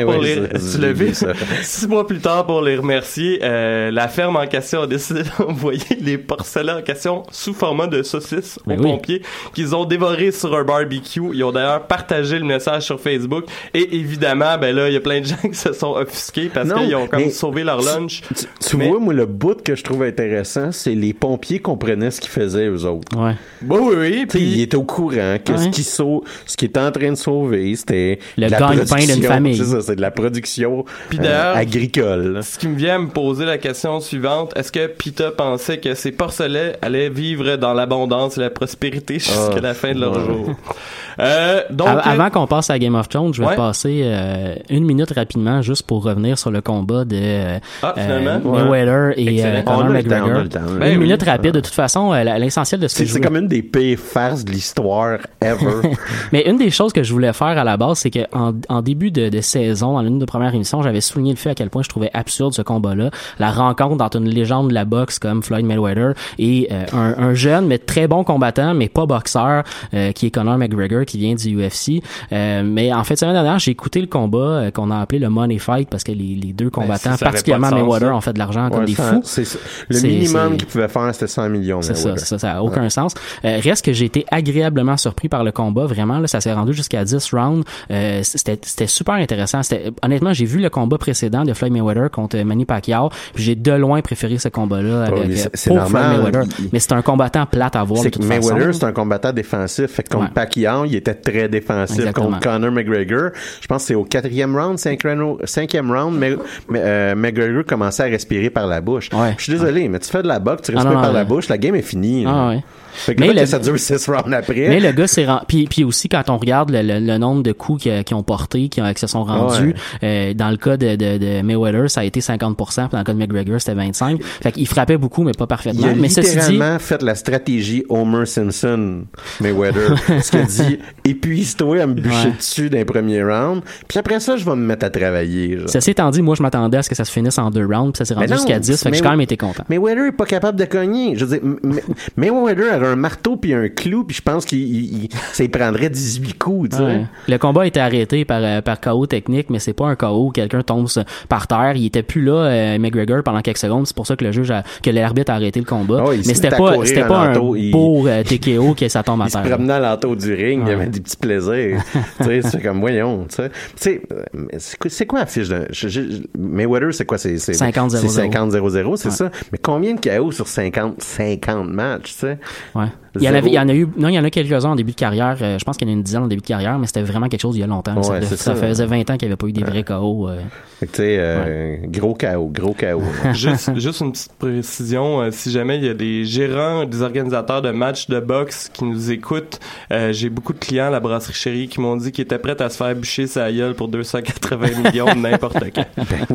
tu 6 mois plus tard, pour les remercier, la ferme en question a décidé d'envoyer les porcelets en question sous format de saucisses aux pompiers qu'ils ont dévorés sur un barbecue. Ils ont d'ailleurs partagé le message sur Facebook et évidemment ben là il y a plein de gens qui se sont offusqués parce qu'ils ont comme sauvé leur lunch. Tu vois, moi le bout que je trouve intéressant, c'est les pompiers comprenaient ce qu'ils faisaient eux autres. Ouais. Oui. Puis ils étaient au courant que ce qu'ils étaient en train de sauver, c'était le gagne-pain d'une famille. C'est ça, c'est de la production agricole. Ce qui me vient à me poser la question suivante, est-ce que PETA pensait que ces porcelets allaient vivre dans l'abondance et la prospérité jusqu'à la fin de leur jour? Donc, avant qu'on passe à Game of Thrones, je vais passer 1 minute rapidement juste pour revenir sur le combat de Mayweather et Conor McGregor. 1 minute rapide. De toute façon, l'essentiel de ce que c'est comme une des pires farces de l'histoire ever. Mais une des choses que je voulais faire à la base, c'est que en début de saison, dans l'une de premières émissions, j'avais souligné le fait à quel point je trouvais absurde ce combat-là, la rencontre entre une légende de la boxe comme Floyd Mayweather et un jeune mais très bon combattant, mais pas boxeur, qui est Conor McGregor, qui vient du UFC. Mais en fait, semaine dernière, j'ai écouté le combat qu'on a appelé le Money Fight parce que les deux combattants, particulièrement Mayweather, ont fait de l'argent comme des fous. Le minimum qu'ils pouvaient faire, c'était 100 millions. C'est ça a aucun sens. Reste que j'ai été agréablement surpris par le combat. Vraiment, là, ça s'est rendu jusqu'à 10 rounds. C'était super intéressant. Honnêtement, j'ai vu le combat précédent de Floyd Mayweather contre Manny Pacquiao, puis j'ai de loin préféré ce combat-là pour Floyd Mayweather. Mais c'est un combattant plate à voir de toute façon. Mayweather, c'est un combattant défensif. Fait que contre Pacquiao, il était très défensif. Exactement. Contre Conor McGregor, je pense que c'est au 4e round, 5e round, mais McGregor commençait à respirer par la bouche. Je suis désolé, mais tu fais de la boxe, tu respires par la bouche, la game est finie. Fait que mais ça dure 6 rounds après. Mais le gars s'est puis aussi quand on regarde le nombre de coups qu'ils ont portés, qui se sont rendus, dans le cas de Mayweather, ça a été 50%, puis dans le cas de McGregor, c'était 25%. Fait qu'il frappait beaucoup, mais pas parfaitement. Il a mais littéralement fait la stratégie Homer Simpson, Mayweather. Ce qu'il dit, épuise-toi à me bûcher dessus dans les premiers rounds, puis après ça, je vais me mettre à travailler. Genre. Ceci étant dit, moi, je m'attendais à ce que ça se finisse en 2 rounds, puis ça s'est rendu jusqu'à 10, fait que j'ai quand même été content. Mayweather est pas capable de cogner. Je veux dire, Mayweather a un marteau puis un clou, puis je pense ça y prendrait 18 coups, tu sais. Le combat a été arrêté par KO technique, mais c'est pas un KO où quelqu'un tombe par terre. Il était plus là, McGregor, pendant quelques secondes. C'est pour ça que l'arbitre a arrêté le combat. Mais c'était pas un beau TKO que ça tombe à terre. Il se promenait à l'entour du ring, il y avait des petits plaisirs. Tu sais, c'est comme, voyons, tu sais. C'est quoi la fiche de Mayweather, c'est quoi? C'est 50-0-0. C'est 50-0-0, c'est ça. Mais combien de KO sur 50 matchs, tu sais? Il y en a quelques-uns en début de carrière. Je pense qu'il y en a une dizaine en début de carrière, mais c'était vraiment quelque chose il y a longtemps. Ça faisait 20 ans qu'il n'y avait pas eu des vrais KO. Tu sais, gros KO. Juste une petite précision. Si jamais il y a des gérants, des organisateurs de matchs de boxe qui nous écoutent, j'ai beaucoup de clients à la brasserie Chérie qui m'ont dit qu'ils étaient prêts à se faire bûcher sa gueule pour 280 millions n'importe quand.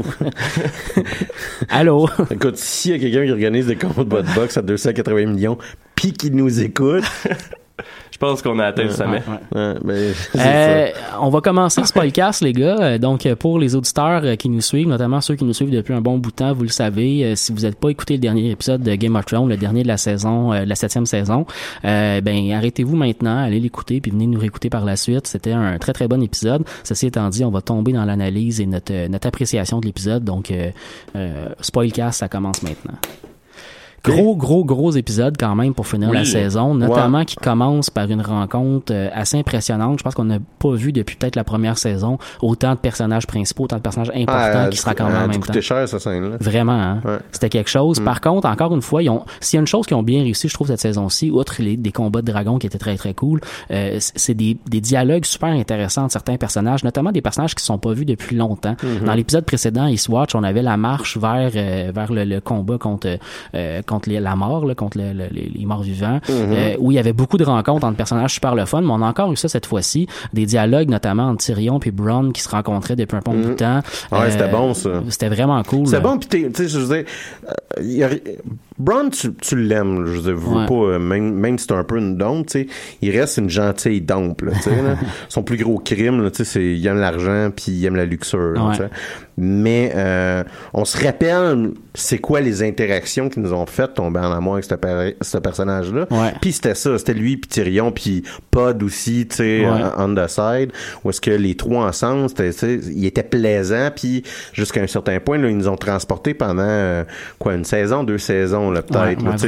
Allô? Écoute, s'il y a quelqu'un qui organise des combats de boxe à 280 millions, puis qui nous écoute, Je pense qu'on a atteint le sommet. On va commencer ce podcast, les gars. Donc, pour les auditeurs qui nous suivent, notamment ceux qui nous suivent depuis un bon bout de temps, vous le savez, si vous n'êtes pas écouté le dernier épisode de Game of Thrones, le dernier de la saison, la 7e saison, arrêtez-vous maintenant, allez l'écouter, puis venez nous réécouter par la suite. C'était un très très bon épisode. Ceci étant dit, on va tomber dans l'analyse et notre appréciation de l'épisode. Donc, Spoilcast, ça commence maintenant. Gros épisode quand même pour finir la saison, notamment qui commence par une rencontre assez impressionnante. Je pense qu'on n'a pas vu depuis peut-être la première saison autant de personnages principaux, autant de personnages importants qui se racontent en même temps. Coûté cher, cette scène-là. Vraiment, hein? Ouais. C'était quelque chose. Par contre, encore une fois, s'il y a une chose qu'ils ont bien réussi, je trouve, cette saison-ci, outre des combats de dragons qui étaient très très cool, c'est des dialogues super intéressants de certains personnages, notamment des personnages qui ne sont pas vus depuis longtemps. Dans l'épisode précédent, Eastwatch, on avait la marche vers le combat contre la mort, là, contre les morts vivants, où il y avait beaucoup de rencontres entre personnages super le fun, mais on a encore eu ça cette fois-ci, des dialogues notamment entre Tyrion puis Bronn qui se rencontraient depuis un bon bout de temps. Ouais, c'était bon ça. C'était vraiment cool. C'était bon, puis tu sais, je veux dire, Bronn, tu l'aimes, je veux dire, pas, même si c'est un peu une dompe, tu sais, il reste une gentille dompe, tu sais, son plus gros crime, tu sais, c'est il aime l'argent puis il aime la luxure, tu sais. Mais on se rappelle c'est quoi les interactions qui nous ont fait tomber en amour avec ce personnage-là. Puis c'était ça, c'était lui puis Tyrion puis Pod aussi, tu sais, on the side, où est-ce que les trois ensemble, ils étaient plaisants, puis jusqu'à un certain point, là, ils nous ont transportés pendant une saison, 2 saisons là, peut-être. Là,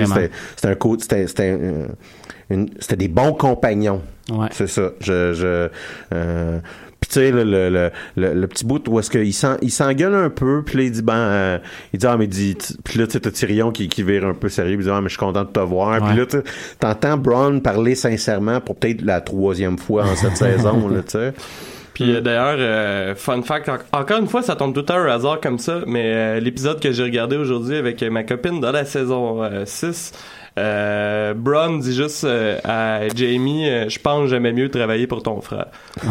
c'était des bons compagnons. C'est ça. Puis tu sais, le petit bout où est-ce qu'il s'engueule un peu, puis là il dit puis là tu sais t'as Tyrion qui vire un peu sérieux, il dit mais je suis content de te voir, puis là t'entends Bronn parler sincèrement pour peut-être la 3e fois en cette saison là, tu sais. Puis d'ailleurs, fun fact, encore une fois, ça tombe tout un hasard comme ça, mais l'épisode que j'ai regardé aujourd'hui avec ma copine dans la saison 6, Bronn dit juste à Jamie, je pense que j'aimais mieux travailler pour ton frère.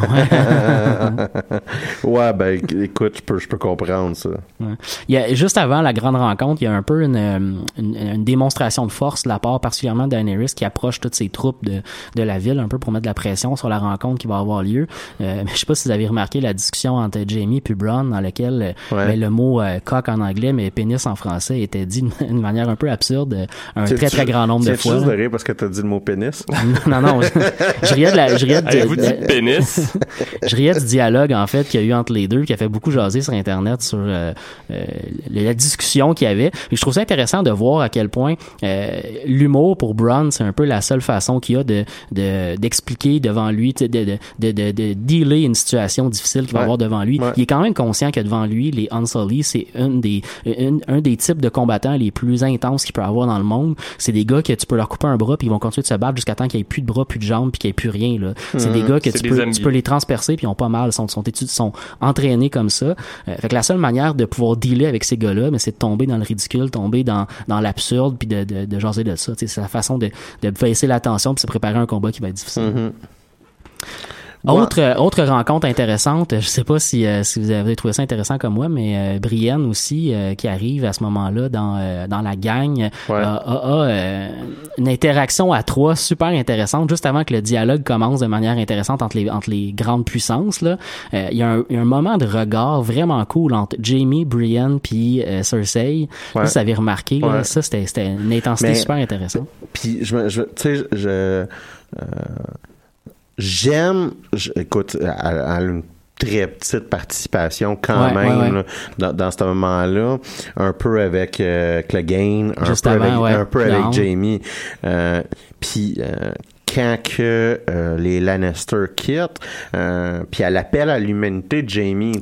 Ouais, ben écoute, je peux comprendre ça. Il y a, juste avant la grande rencontre, il y a un peu une démonstration de force de la part particulièrement de Daenerys qui approche toutes ses troupes de la ville un peu pour mettre de la pression sur la rencontre qui va avoir lieu. Mais je sais pas si vous avez remarqué la discussion entre Jamie et Bronn dans laquelle le mot cock en anglais mais pénis en français était dit d'une manière un peu absurde un très grand nombre de fois. C'est juste de rire parce que t'as dit le mot pénis? non, je riais Avez-vous dit pénis? Je riais du dialogue, en fait, qu'il y a eu entre les deux, qui a fait beaucoup jaser sur Internet sur la discussion qu'il y avait. Et je trouve ça intéressant de voir à quel point l'humour pour Bronn, c'est un peu la seule façon qu'il y a d'expliquer devant lui, de dealer une situation difficile qu'il va avoir devant lui. Il est quand même conscient que devant lui, les Unsullied, c'est un des types de combattants les plus intenses qu'il peut avoir dans le monde. C'est des gars que tu peux leur couper un bras puis ils vont continuer de se battre jusqu'à temps qu'il n'y ait plus de bras, plus de jambes puis qu'il n'y ait plus rien, là. C'est des gars que tu peux les transpercer puis ils ont pas mal, sont entraînés comme ça. Fait que la seule manière de pouvoir dealer avec ces gars-là, mais c'est de tomber dans le ridicule, tomber dans l'absurde puis de jaser de ça. C'est la façon de baisser la tension puis se préparer à un combat qui va être difficile. Autre rencontre intéressante, je sais pas si vous avez trouvé ça intéressant comme moi, mais Brienne aussi qui arrive à ce moment-là dans la gang a une interaction à 3 super intéressante juste avant que le dialogue commence de manière intéressante entre les grandes puissances là. Il y a un moment de regard vraiment cool entre Jaime, Brienne puis Cersei. Ça, vous avez remarqué là, ça c'était une intensité super intéressante. Puis écoute, elle a une très petite participation quand même là, dans ce moment-là, un peu avec Clegane, un peu avec Jaime, puis quand que les Lannister quittent, puis elle appelle à l'humanité de Jaime,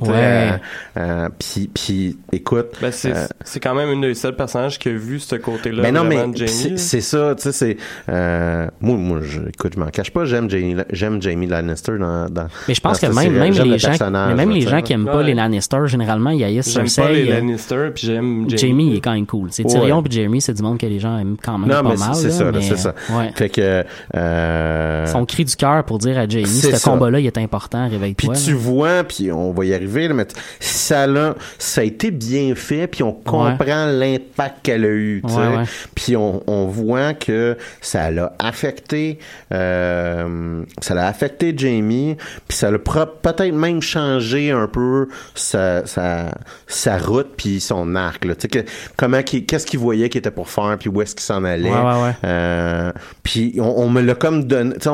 puis écoute, c'est quand même une des seuls personnages qui a vu ce côté-là. Mais non, mais Jaime. c'est ça, tu sais, c'est moi, je m'en cache pas, j'aime Jaime Lannister dans. Mais je pense que même les gens qui aiment pas les Lannister, généralement ils haïssent Cersei. J'aime pas les Lannister, puis j'aime Jaime. Il est quand même cool. C'est Tyrion puis Jaime, c'est du monde que les gens aiment quand même pas mal. C'est ça. Fait que Son cri du cœur pour dire à Jamie, ce combat-là, il est important, réveille-toi. Puis tu vois, puis on va y arriver, là, mais ça a été bien fait, puis on comprend l'impact qu'elle a eu, tu sais. Puis on voit que ça l'a affecté Jamie, puis ça l'a peut-être même changé un peu sa route puis son arc, là. Tu sais, qu'est-ce qu'il voyait qu'il était pour faire, puis où est-ce qu'il s'en allait. Puis on me l'a comme donné, tu sais,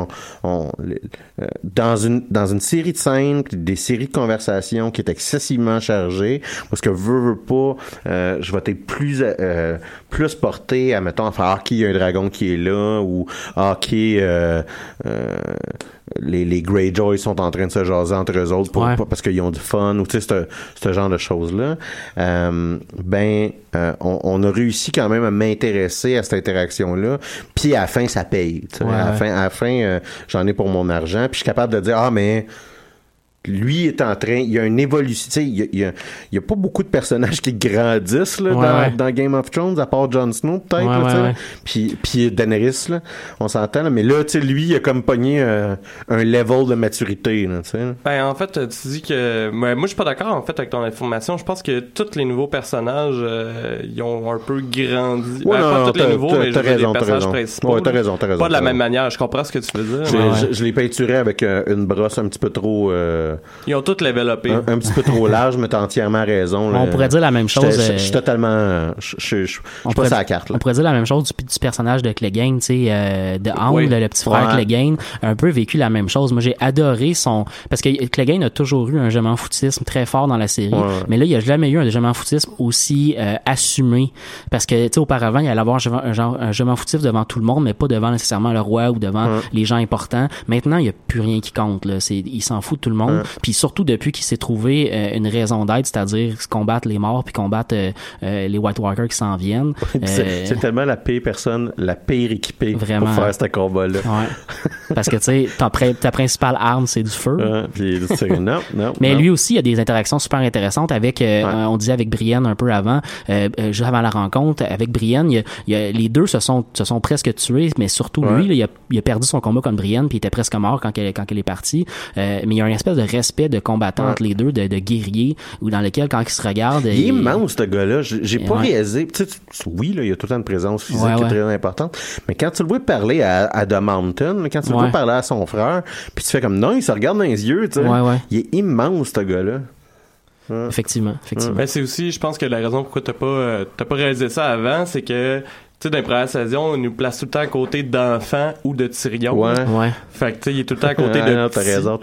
dans une série de scènes, des séries de conversations qui est excessivement chargées, parce que veux pas, je vais être plus porté à, mettons, à faire il y a un dragon qui est là, ou les Greyjoy sont en train de se jaser entre eux autres parce qu'ils ont du fun, ou tu sais, ce genre de choses-là. On a réussi quand même à m'intéresser à cette interaction-là, puis à la fin, ça paye. À la fin, j'en ai pour mon argent, puis je suis capable de dire, mais lui est en train, il y a une évolution, tu sais, il y a pas beaucoup de personnages qui grandissent là, dans Game of Thrones, à part Jon Snow peut-être, puis Daenerys, là, on s'entend, là, mais là, tu sais, lui, il a comme pogné un level de maturité, tu sais. En fait, tu dis que, moi, je suis pas d'accord, en fait, avec ton information. Je pense que tous les nouveaux personnages, ils ont un peu grandi. Pas tous les nouveaux, mais je veux dire, les personnages principaux. T'as raison. Pas de la même manière. Je comprends ce que tu veux dire. Je l'ai peinturé avec une brosse un petit peu trop... ils ont tous level-upé. Un petit peu trop large, mais t'as entièrement raison. Là. On pourrait dire la même chose. Je suis totalement... Je suis pas sur la carte. Là. On pourrait dire la même chose du personnage de Clegane, tu sais, de Hound, le petit frère Clegane, un peu vécu la même chose. Moi, j'ai adoré parce que Clegane a toujours eu un je m'en foutisme très fort dans la série, mais là, il a jamais eu un je m'en foutisme aussi assumé. Parce que, tu sais, auparavant, il allait avoir un je m'en foutisme devant tout le monde, mais pas devant nécessairement le roi ou devant les gens importants. Maintenant, il y a plus rien qui compte, là. Il s'en fout de tout le monde. Puis surtout depuis qu'il s'est trouvé une raison d'être, c'est-à-dire combattre les morts puis combattre les White Walkers qui s'en viennent. C'est tellement la pire personne, la pire équipée pour faire ce combat-là. Parce que tu sais, ta principale arme, c'est du feu. Puis non. Mais lui aussi, il y a des interactions super intéressantes avec, on disait avec Brienne un peu avant, juste avant la rencontre, avec Brienne, les deux se sont presque tués, mais surtout lui, là, il a perdu son combat contre Brienne puis il était presque mort quand elle est partie. Mais il y a une espèce de respect de combattant entre les deux, de guerrier, ou dans lequel, quand ils se regardent... Il est immense, ce gars-là. J'ai pas réalisé... Tu sais, oui, là, il y a tout le temps une présence physique qui est très importante, mais quand tu le vois parler à The Mountain, quand tu le vois parler à son frère, puis tu fais comme, non, il se regarde dans les yeux, tu sais. Il est immense, ce gars-là. Effectivement. Ben, c'est aussi, je pense que la raison pourquoi t'as pas réalisé ça avant, c'est que tu sais, dans les premières saisons, on nous place tout le temps à côté d'enfants ou de Tyrion. Fait que tu sais, il est tout le temps à côté de t'as raison.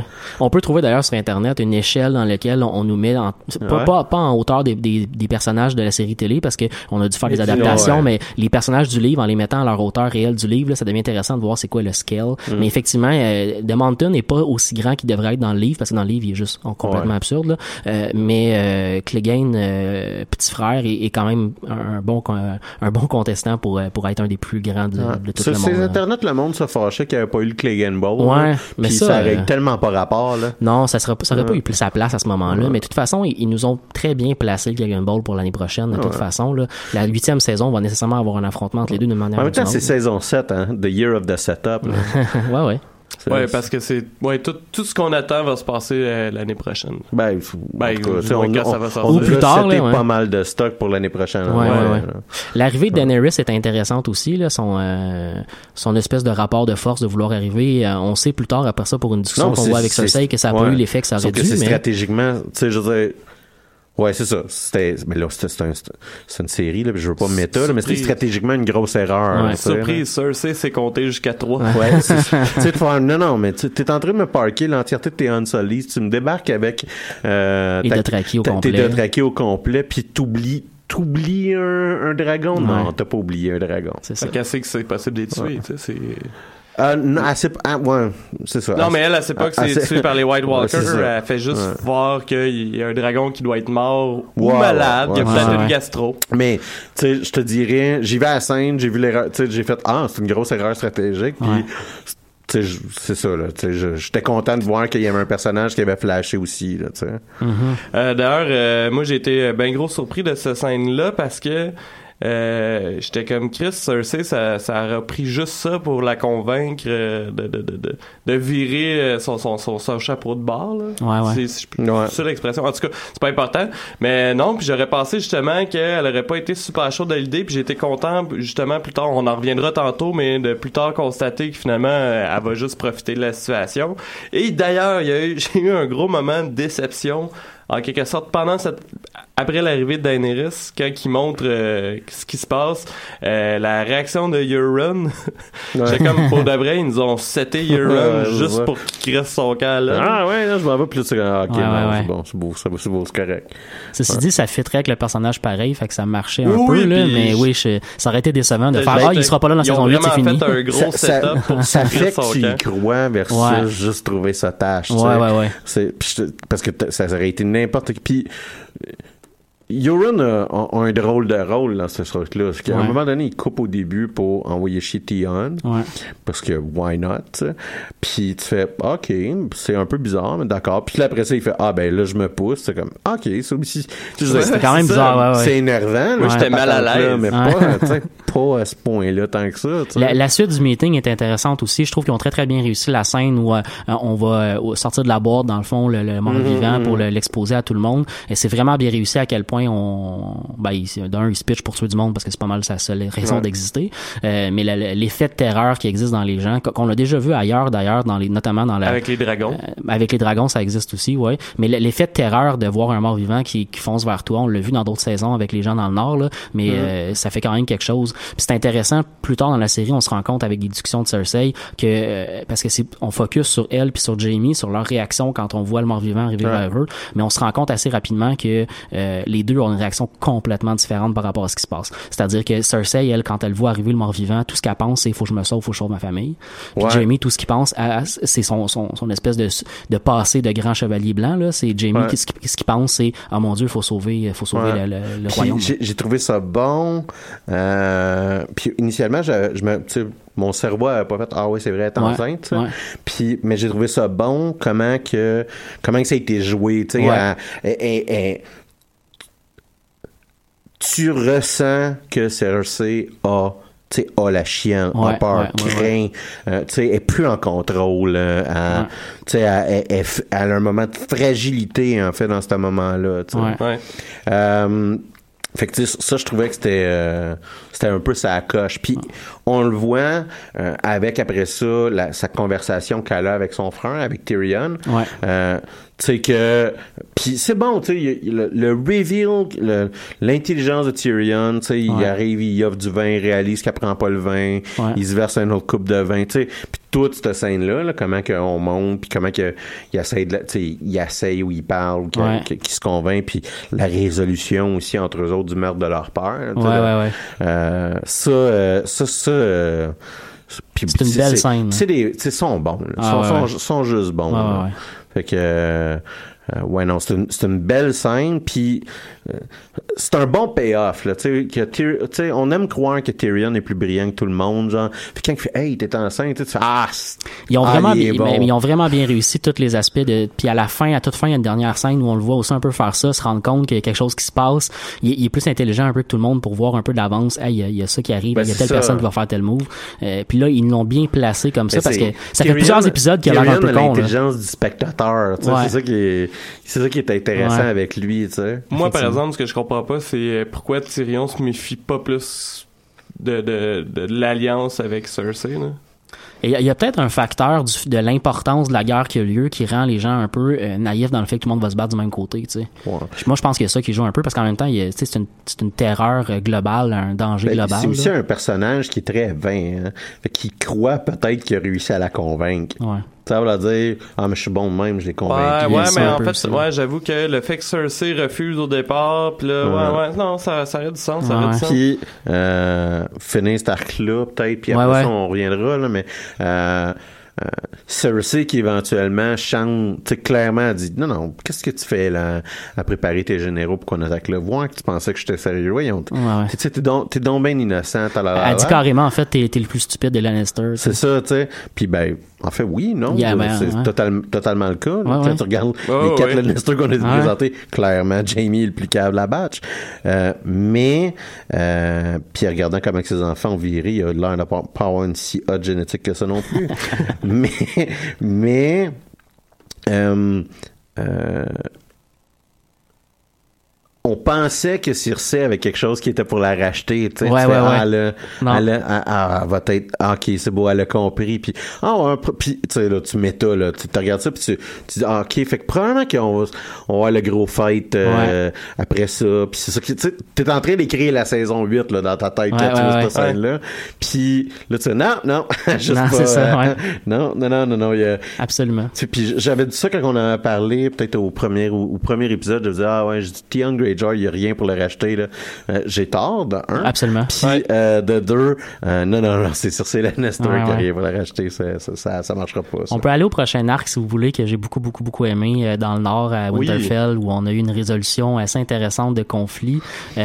On peut trouver d'ailleurs sur Internet une échelle dans laquelle on nous met pas en hauteur des personnages de la série télé, parce que on a dû faire des adaptations, mais les personnages du livre, en les mettant à leur hauteur réelle du livre, là, ça devient intéressant de voir c'est quoi le scale. Mais effectivement, The Mountain n'est pas aussi grand qu'il devrait être dans le livre, parce que dans le livre, il est juste complètement absurde, là. Mais Clegane, petit frère, est quand même un bon contestant pour être un des plus grands de tout le monde. Sur Internet, le monde se fâchait qu'il n'y avait pas eu le Clegane Bowl. Mais ça aurait tellement pas rapport, là. Non, ça aurait pas eu sa place à ce moment-là. Mais de toute façon, ils nous ont très bien placé le Clegane Bowl pour l'année prochaine. De toute façon, là, la 8e saison va nécessairement avoir un affrontement entre les deux de manière. En même temps, c'est saison 7, hein. The Year of the Setup. ouais. Parce que c'est tout ce qu'on attend va se passer l'année prochaine. On plus tard, pas mal de stock pour l'année prochaine. L'arrivée de Daenerys est intéressante aussi, là, son espèce de rapport de force de vouloir arriver. On sait plus tard après ça pour une discussion qu'on voit avec Cersei que ça a pas eu l'effet que ça aurait dû. C'est stratégiquement, tu sais, je veux dire. Ouais, c'est ça. Mais là, c'est une série, là, je veux pas méta, là, mais c'était stratégiquement une grosse erreur. Surprise, Cersei s'est compté jusqu'à 3. Ouais, tu sais, non, mais t'es en train de me parker l'entièreté de tes Unsullied. Tu me débarques avec, tes Dothraki au complet, puis t'oublies un dragon? Non, t'as pas oublié un dragon. C'est ça. Qu'elle sait que c'est possible de les tuer, tu sais, c'est... non, c'est ça. Non, mais elle sait pas que c'est tué par les White Walkers. Elle fait juste voir qu'il y a un dragon qui doit être mort ou malade, qui a peut-être une gastro. Mais, tu sais, je te dirais, j'y vais à la scène, j'ai vu l'erreur, tu sais, j'ai fait, c'est une grosse erreur stratégique, puis c'est ça, là. J'étais content de voir qu'il y avait un personnage qui avait flashé aussi, là, tu sais. D'ailleurs, moi, j'ai été bien gros surpris de cette scène-là parce que j'étais comme Chris, Cersei, ça a pris juste ça pour la convaincre de virer son chapeau de bar, là. Ouais. C'est ça l'expression. En tout cas, c'est pas important. Mais non, puis j'aurais pensé justement qu'elle aurait pas été super chaude de l'idée, puis j'ai été content, justement, plus tard, on en reviendra tantôt, mais de plus tard constater que finalement, elle va juste profiter de la situation. Et d'ailleurs, j'ai eu un gros moment de déception, en quelque sorte, après l'arrivée de Daenerys, quand il montre ce qui se passe, la réaction de Euron, j'ai comme, pour de vrai, ils nous ont seté Euron juste pour qu'il crisse son camp, là. Ah ouais, là, je m'en vais, puis là, c'est c'est bon, c'est correct. Ceci dit, ça fitterait avec le personnage pareil, fait que ça marchait un peu, là, mais oui, ça aurait été décevant de faire, il sera pas là dans la saison 8, c'est fini. Ils ont vraiment fait un gros setup pour ça fait que tu y crois versus juste trouver sa tâche, ouais. Parce que ça aurait été n'importe qui. Puis Euron a un drôle de rôle dans ce truc-là. Parce qu'à un moment donné, il coupe au début pour envoyer chier Theon. Ouais. Parce que, why not? T'sais. Puis tu fais, OK, c'est un peu bizarre, mais d'accord. Puis là, après ça, il fait, ben là, je me pousse. C'est comme, OK, ça aussi. C'est quand même bizarre, C'est énervant. Moi, j'étais mal à l'aise. Mais pas à ce point-là tant que ça. La suite du meeting est intéressante aussi. Je trouve qu'ils ont très, très bien réussi la scène où on va sortir de la boîte, dans le fond, le mort vivant pour l'exposer à tout le monde. Et c'est vraiment bien réussi à quel point il se pitch pour tuer du monde parce que c'est pas mal sa seule raison d'exister. Mais l'effet de terreur qui existe dans les gens, qu'on a déjà vu ailleurs d'ailleurs, notamment dans avec les dragons. Avec les dragons, ça existe aussi, ouais. Mais l'effet de terreur de voir un mort vivant qui fonce vers toi, on l'a vu dans d'autres saisons avec les gens dans le Nord, là. Mais ça fait quand même quelque chose. Puis c'est intéressant, plus tard dans la série, on se rend compte avec les discussions de Cersei que parce que on focus sur elle puis sur Jaime, sur leur réaction quand on voit le mort vivant arriver vers eux, mais on se rend compte assez rapidement que les deux ont une réaction complètement différente par rapport à ce qui se passe. C'est-à-dire que Cersei, elle, quand elle voit arriver le mort-vivant, tout ce qu'elle pense, c'est faut que je me sauve, faut que je sauve ma famille. Puis Jaime, tout ce qu'il pense, c'est son espèce de passé de grand chevalier blanc, là. C'est Jaime ce qu'il pense, c'est oh mon Dieu, faut sauver le royaume. J'ai trouvé ça bon. Puis initialement, mon cerveau a pas fait c'est vrai, elle est enceinte. Puis mais j'ai trouvé ça bon comment que ça a été joué, tu sais. Tu ressens que Cersei a la chienne, a peur, craint, tu sais, est plus en contrôle, tu sais, elle a un moment de fragilité, en fait, dans ce moment-là, tu sais. Fait que ça, je trouvais que c'était un peu sa coche. Puis on le voit avec après ça sa conversation qu'elle a avec son frère, avec Tyrion. Tu sais que puis c'est bon, tu sais le reveal, l'intelligence de Tyrion, tu sais il arrive, il offre du vin, il réalise qu'elle prend pas le vin, il se verse une autre coupe de vin, tu sais. Puis toute cette scène là, comment qu'on monte, puis comment que il essaie tu sais il essaie ou il parle, ou qu'il se convainc, puis la résolution aussi entre eux autres du meurtre de leur père. C'est une belle scène. Ils sont bons. Ils sont juste bons. Fait que c'est une belle scène, puis c'est un bon payoff là, tu sais on aime croire que Tyrion est plus brillant que tout le monde, genre, puis quand il fait hey t'es enceinte, tu fais ils ont vraiment bien réussi tous les aspects puis à toute fin il y a une dernière scène où on le voit aussi un peu faire ça, se rendre compte qu'il y a quelque chose qui se passe, il est plus intelligent un peu que tout le monde pour voir un peu d'avance, il y a ça qui arrive, il y a telle personne qui va faire tel move, puis là ils l'ont bien placé comme ça, parce que ça fait plusieurs épisodes qu'il a l'air un peu con, l'intelligence du spectateur, tu sais, c'est ça qui est intéressant avec lui, tu sais. Moi par exemple, ce que je comprends pas, c'est pourquoi Tyrion se méfie pas plus de l'alliance avec Cersei, là. Et il y a peut-être un facteur de l'importance de la guerre qui a lieu qui rend les gens un peu naïfs dans le fait que tout le monde va se battre du même côté, tu sais. Moi, je pense qu'il y a ça qui joue un peu, parce qu'en même temps, c'est une terreur globale, un danger global. C'est aussi un personnage qui est très vain, hein? Fait qu'il croit peut-être qu'il a réussi à la convaincre. Ça veut dire mais je suis bon de même, je l'ai convaincu. Mais en fait, j'avoue que le fait que Cersei refuse au départ, puis là, non, ça aurait du sens, Puis finir cet arc-là, peut-être, puis après ça, on reviendra, là, mais Cersei qui éventuellement chante, tu sais, clairement, elle dit non, qu'est-ce que tu fais là à préparer tes généraux pour qu'on attaque le voir, que tu pensais que j'étais sérieux, t'es donc bien innocent. Elle dit carrément, en fait, t'es le plus stupide des Lannister. C'est ça, tu sais. Puis En fait, oui, non. Yeah, c'est totalement le cas. Là. Quand tu regardes les 4 Lannister qu'on a présentés, clairement, Jaime est le plus câble à battre. Mais, puis regardant comment ses enfants ont viré, il a l'air de pas avoir une si haute génétique que ça non plus. mais on pensait que Cersei avait quelque chose qui était pour la racheter, tu sais. Elle va être, ok, c'est beau, elle a compris, puis puis tu sais là, tu méta là, tu regardes ça, puis tu dis, ok, fait que probablement qu'on va avoir le gros fight après ça, puis c'est ça, tu sais, t'es en train d'écrire la saison 8 là dans ta tête, quand tu vois cette scène là, puis là tu sais, non, juste non, pas, c'est ça, non, absolument. Puis j'avais dit ça quand on en a parlé, peut-être au premier épisode, je disais, je dis Theon Greyjoy, il y a rien pour le racheter là. J'ai tort de un. Absolument. Puis de deux, non, c'est Cersei Lannister qui a rien pour le racheter, ça marchera pas. Ça. On peut aller au prochain arc si vous voulez, que j'ai beaucoup aimé, dans le Nord à Winterfell, où on a eu une résolution assez intéressante de conflit.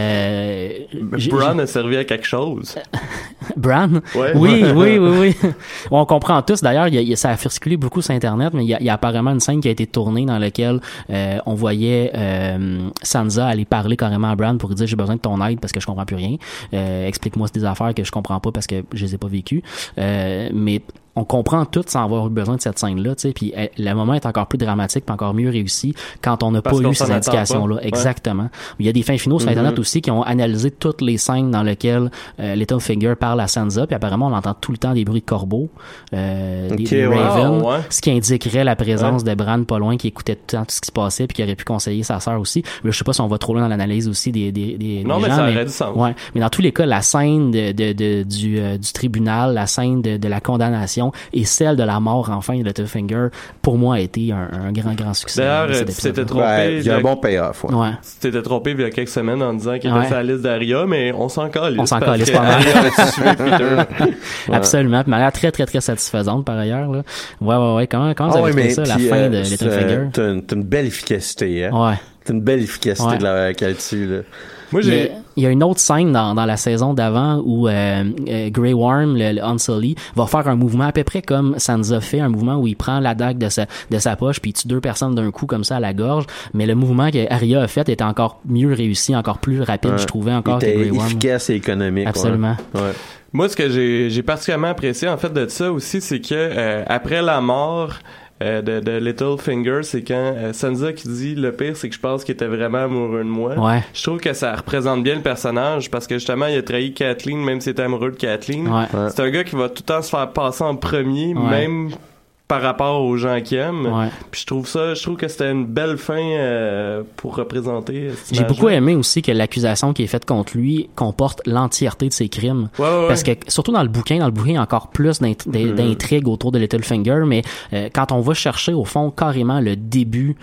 Bran a servi à quelque chose. Bran? Ouais. Oui. On comprend tous. D'ailleurs, ça a circulé beaucoup sur Internet, mais il y a apparemment une scène qui a été tournée dans laquelle on voyait Sansa aller parler carrément à Bran pour lui dire j'ai besoin de ton aide parce que je comprends plus rien. Explique-moi des affaires que je comprends pas parce que je les ai pas vécues. Mais on comprend tout sans avoir eu besoin de cette scène-là, tu sais, puis le moment est encore plus dramatique, puis encore mieux réussi quand on n'a pas eu ces indications-là. Exactement. Il y a des fins finaux sur Internet aussi qui ont analysé toutes les scènes dans lesquelles Littlefinger parle à Sansa, puis apparemment on entend tout le temps des bruits de corbeaux, des Ravens, ce qui indiquerait la présence de Bran pas loin qui écoutait tout ce qui se passait puis qui aurait pu conseiller sa sœur aussi. Mais je sais pas si on va trop loin dans l'analyse aussi des non, gens, mais ça aurait du sens. Ouais, mais dans tous les cas, la scène du tribunal, la scène de la condamnation et celle de la mort enfin de Littlefinger, pour moi a été un grand succès. D'ailleurs, tu t'étais trompé. Il y a un bon payoff. Ouais. Tu t'étais trompé il y a quelques semaines en disant qu'il était sur la liste d'Arya, mais on s'en calisse. On s'en calisse pas mal. Absolument. Puis m'a l'air très satisfaisante par ailleurs. Là. Ouais. Comment vous avez trouvé ça, la fin de Littlefinger? T'as une belle efficacité, hein? Ouais. T'as une belle efficacité de la là-dessus, là. Moi, il y a une autre scène dans la saison d'avant où Grey Worm, le Unsullied, va faire un mouvement à peu près comme Sansa fait, un mouvement où il prend la dague de sa poche puis il tue 2 personnes d'un coup comme ça à la gorge. Mais le mouvement que Arya a fait était encore mieux réussi, encore plus rapide, je trouvais, encore que Grey Worm. Efficace et économique. Absolument. Ouais. Moi, ce que j'ai particulièrement apprécié en fait de ça aussi, c'est que après la mort de Littlefinger, c'est quand Sansa qui dit le pire c'est que je pense qu'il était vraiment amoureux de moi. Ouais. Je trouve que ça représente bien le personnage parce que justement il a trahi Catelyn même s'il était amoureux de Catelyn. Ouais. C'est un gars qui va tout le temps se faire passer en premier, même par rapport aux gens qui aiment. Ouais. Puis je trouve que c'était une belle fin pour représenter cette J'ai beaucoup aimé aussi que l'accusation qui est faite contre lui comporte l'entièreté de ses crimes. Ouais. Parce que surtout dans le bouquin, il y a encore plus d'intrigues autour de Littlefinger, mais quand on va chercher au fond carrément le début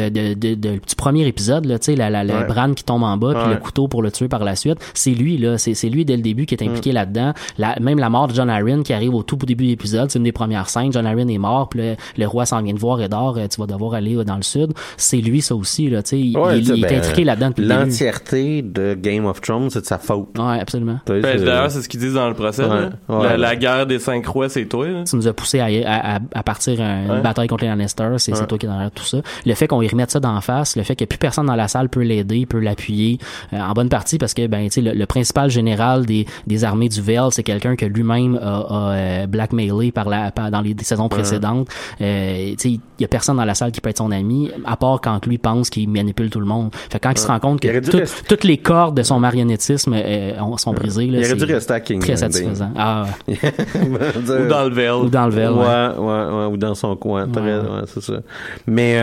du premier épisode, là, tu sais, la Bran qui tombe en bas puis le couteau pour le tuer par la suite, c'est lui là, c'est lui dès le début qui est impliqué là-dedans. Même la mort de Jon Arryn qui arrive au tout début de l'épisode, c'est une des premières scènes. Jon Arryn est mort, puis le roi s'en vient de voir et dort, tu vas devoir aller dans le sud. C'est lui ça aussi là, tu sais, il est intriqué là-dedans depuis le début. L'entièreté de Game of Thrones, c'est de sa faute. Ouais, absolument. D'ailleurs, c'est ce qu'ils disent dans le procès. La guerre des 5 rois, c'est toi. Là. Tu nous as poussé à partir une bataille contre les Lannister, c'est toi qui es derrière tout ça. Le fait qu'on y remette ça d'en face, le fait que plus personne dans la salle peut l'aider, peut l'appuyer, en bonne partie parce que tu sais le principal général des armées du Vale, c'est quelqu'un que lui-même a blackmailé dans les saisons précédentes. Tu sais, il y a personne dans la salle qui peut être son ami, à part quand lui pense qu'il manipule tout le monde. Fait quand il se rend compte que toutes les cordes de son marionnettisme sont brisées, là, il aurait dû rester à King's très satisfaisant. Ou dans le Vale. Ou dans le Vale, ouais, ou dans son coin. C'est ça. Mais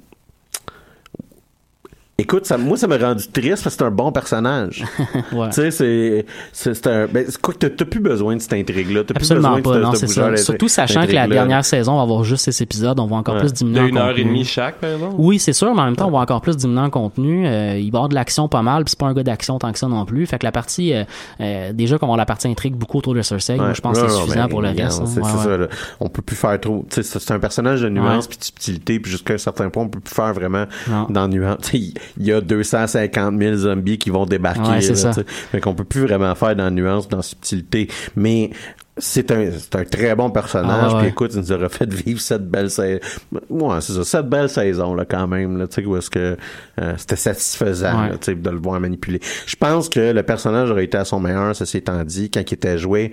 écoute, moi, ça m'a rendu triste parce que c'est un bon personnage. Tu sais, c'est un... quoi que t'as plus besoin de cette intrigue-là. T'as absolument plus besoin pas, non, c'est ça. Surtout sachant que la dernière saison, on va avoir juste 6 épisodes, on va encore plus diminuer en contenu. De 1h30 chaque, par exemple? Oui, c'est sûr, mais en même temps, on va encore plus diminuer en contenu. Il va y avoir de l'action pas mal, puis c'est pas un gars d'action tant que ça non plus. Fait que la partie... déjà qu'on va avoir la partie intrigue beaucoup autour de Cersei, moi, je pense que c'est suffisant pour le reste. C'est ça, là. On peut plus faire trop... Tu sais, c'est un personnage de nuance puis de subtilité, puis jusqu'à un certain point, on peut plus faire vraiment dans nuance. il y a 250 000 zombies qui vont débarquer. Ouais, c'est ça. Fait qu'on peut plus vraiment faire dans la nuance, dans la subtilité. Mais c'est un très bon personnage. Puis écoute, il nous aura fait vivre cette belle saison. Ouais, c'est ça, cette belle saison, là, quand même, là, tu sais, où est-ce que c'était satisfaisant, là, tu sais, de le voir manipuler. Je pense que le personnage aurait été à son meilleur, ceci étant dit, quand il était joué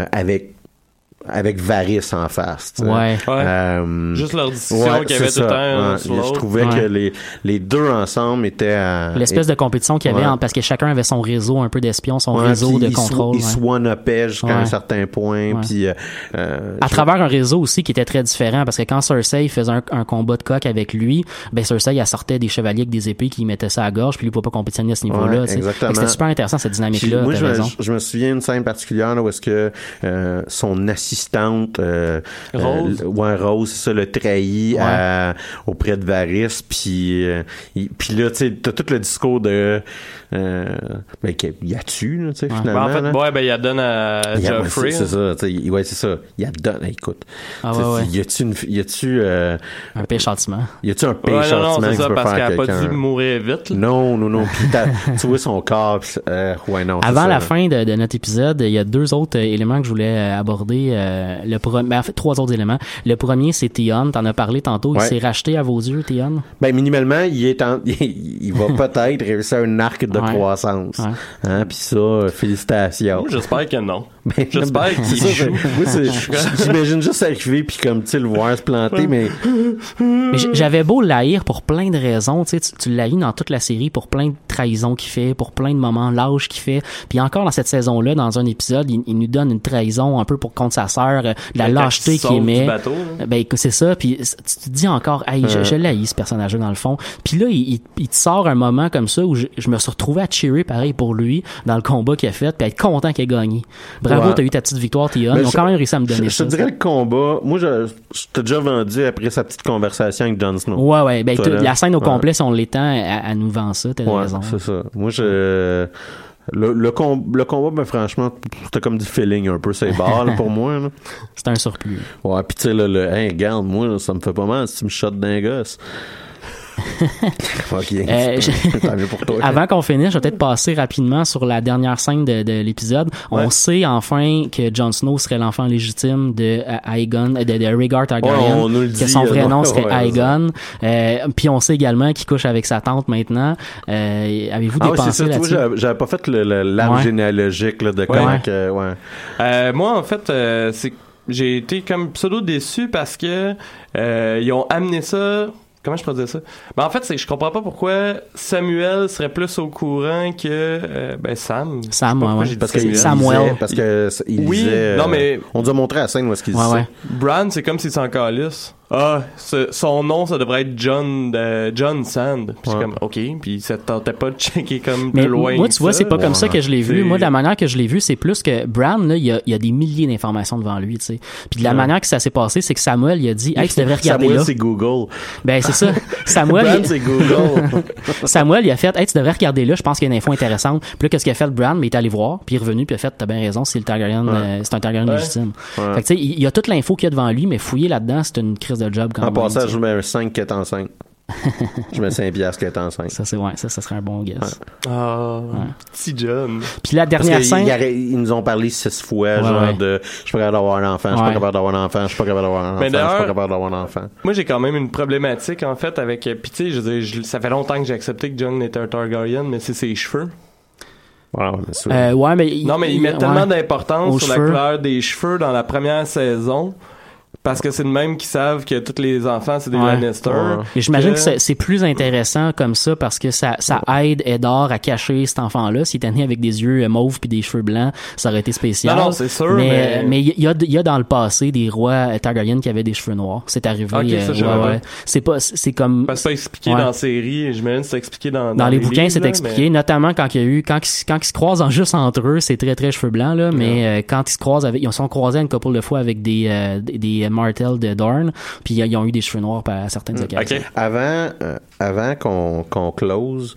avec Varys en face. T'sais. Ouais. Juste leur discussion qu'il y avait tout le temps sur l'autre. Je trouvais que les deux ensemble étaient l'espèce de compétition qu'il y avait parce que chacun avait son réseau un peu d'espions, son réseau de contrôle. Ils se one-upaient jusqu'à un certain point. Puis, à travers un réseau aussi qui était très différent, parce que quand Cersei faisait un combat de coq avec lui, ben Cersei elle sortait des chevaliers avec des épées qui mettaient ça à la gorge, puis lui pouvait pas compétitionner à ce niveau-là. C'était super intéressant cette dynamique-là. Moi, je me souviens d'une scène particulière là, où est-ce que son assistante Rose, Rose, c'est ça, le trahit auprès de Varys, puis là, tu sais, t'as tout le discours de il a tué, tu sais, finalement. Ben, en fait, il a donné à Joffrey. C'est ça, tu sais, c'est ça. Il a donné, écoute. Y a-tu un péchantiment? Y a-tu un péchantiment non, c'est ça, que parce qu'elle a pas quelqu'un... dû mourir vite. Là. Non. Puis tu vois son corps, non. Avant la fin de notre épisode, il y a deux autres éléments que je voulais aborder. En fait, trois autres éléments. Le premier, c'est Theon. T'en as parlé tantôt. Il s'est racheté à vos yeux, Theon? Ben, minimalement, il va peut-être réussir un arc de croissance. Ouais. Hein, puis ça, félicitations. J'espère que non. Ben, j'espère qu'il joue. J'imagine juste arriver puis comme, tu sais, le voir se planter, mais j'avais beau l'haïr pour plein de raisons. Tu sais, tu l'haïs dans toute la série pour plein de trahisons qu'il fait, pour plein de moments lâches qu'il fait. Puis encore dans cette saison-là, dans un épisode, il nous donne une trahison un peu contre sa sœur, de la lâcheté qu'il émet. Bateau, ben c'est ça. Puis tu te dis encore, hey, je l'haïs ce personnage-là dans le fond. Puis là, il te sort un moment comme ça où je me suis retrouvé à cheerer pareil pour lui dans le combat qu'il a fait, puis être content qu'il ait gagné. Bravo, t'as eu ta petite victoire, Theon. Ils ont quand même réussi à me donner ça. Je te dirais le combat. Moi, je t'ai déjà vendu après sa petite conversation avec Jon Snow. Ouais. Ben, la scène au complet, si on l'étend, à nous vend ça. T'as raison. C'est ça. Moi, le combat, ben, franchement, c'était comme du feeling un peu, c'est barre pour moi. Là. C'était un surplus. Ouais, pis tu sais, hey, regarde, moi, là, ça me fait pas mal si tu me shottes d'un gosse. Tant mieux pour toi. Avant qu'on finisse, je vais peut-être passer rapidement sur la dernière scène de l'épisode. On sait enfin que Jon Snow serait l'enfant légitime de Aegon, de Rhaegar Targaryen, que son vrai nom serait Aegon. Puis on sait également qu'il couche avec sa tante maintenant. Avez-vous des pensées là-dessus? J'avais pas fait l'arbre généalogique là, de comment que... moi, en fait, j'ai été comme pseudo déçu parce que ils ont amené ça... Comment je pourrais dire ça? Ben, en fait, je comprends pas pourquoi Samuel serait plus au courant que Sam. Sam, ouais. Parce que Samuel. Parce que il disait, non, mais... on nous a montré à la scène où est-ce qu'il disait. Bran, c'est comme s'il s'en calisse. Son nom, ça devrait être John Sand. Puis comme, OK, puis ça tentait pas de checker comme plus loin. Moi, tu vois, c'est pas comme ça que je l'ai vu. Moi, de la manière que je l'ai vu, c'est plus que Bran, là, il y a des milliers d'informations devant lui, tu sais. Puis de la manière que ça s'est passé, c'est que Samuel, il a dit, hey, tu devrais regarder Samuel, là. c'est Google. Ben, c'est ça. Samuel, Bran, c'est Google. Samuel, il a fait, hey, tu devrais regarder là, je pense qu'il y a une info intéressante. Puis là, qu'est-ce qu'il a fait, Bran? Mais il est allé voir, puis il est revenu, puis il a fait, t'as bien raison, c'est le Targaryen, c'est un Targaryen légitime. Fait que, tu sais, il y a toute l'info qu'il y a devant lui, mais fouiller là-dedans, c'est une crise de job quand même. Je mets un 5 qui est enceinte. Je mets 5 piastres qui est enceinte. Ça serait un bon guess. Petit John. Puis la dernière scène... Ils nous ont parlé 6 fois, de je suis pas capable d'avoir un enfant, je suis pas capable d'avoir un enfant, je suis pas capable d'avoir un enfant, je suis pas capable d'avoir un enfant. Moi, j'ai quand même une problématique, en fait, avec... Puis tu sais, je veux dire, ça fait longtemps que j'ai accepté que Jon était un Targaryen, mais c'est ses cheveux. Mais ils mettent tellement d'importance sur la couleur des cheveux dans la première saison... Parce que c'est de même qu'ils savent que tous les enfants, c'est des Lannister. Et j'imagine que c'est plus intéressant comme ça parce que ça aide Eddard à cacher cet enfant-là. S'il était né avec des yeux mauves puis des cheveux blancs, ça aurait été spécial. Non, c'est sûr. Mais il y a dans le passé des rois Targaryen qui avaient des cheveux noirs. C'est arrivé. C'est comme... C'est pas expliqué dans la série. J'imagine que c'est expliqué dans les bouquins, livres, c'est expliqué. Notamment quand ils se croisent juste entre eux, c'est très, très cheveux blancs, là. Mais quand ils se croisent ils se sont croisés une couple de fois avec des Martell de Dorne, puis ils ont eu des cheveux noirs à certaines occasions. Okay. Avant qu'on close,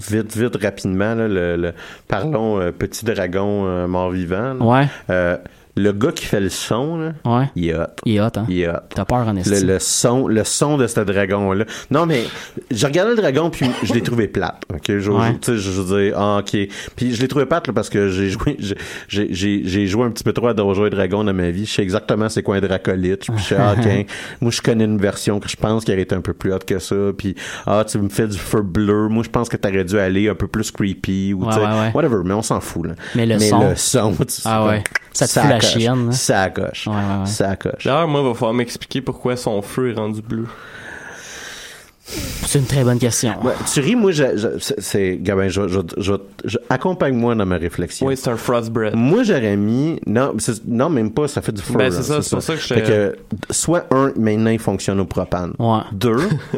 vite, rapidement, là, parlons petit dragon mort-vivant. le gars qui fait le son, là, Ouais. il est hot. Il est hot, hein? Il est hot. T'as peur, en estime. Le son de ce dragon-là. Non, mais je regardais le dragon puis je l'ai trouvé plate. Ok, tu sais, je veux dire, ok. Puis je l'ai trouvé plate là, parce que j'ai joué un petit peu trop à Donjons et Dragons dans ma vie. Je sais exactement c'est quoi un dracolite. Puis je sais, ok. Moi, je connais une version que je pense qu'elle est un peu plus haute que ça. Puis tu me fais du feu bleu. Moi, je pense que t'aurais dû aller un peu plus creepy ou tu sais, whatever. Mais on s'en fout là. Mais le son, ça te fout la chienne. Ça coche. Ça coche. D'ailleurs, moi, il va falloir m'expliquer pourquoi son feu est rendu bleu. C'est une très bonne question. Ouais, tu ris, moi, Gabin, accompagne-moi dans ma réflexion. Oui, c'est un frostbread. Moi, j'aurais mis, non, même pas, ça fait du feu. Ben, c'est ça, c'est pour ça que je fait que, soit maintenant, il fonctionne au propane. Ouais. 2,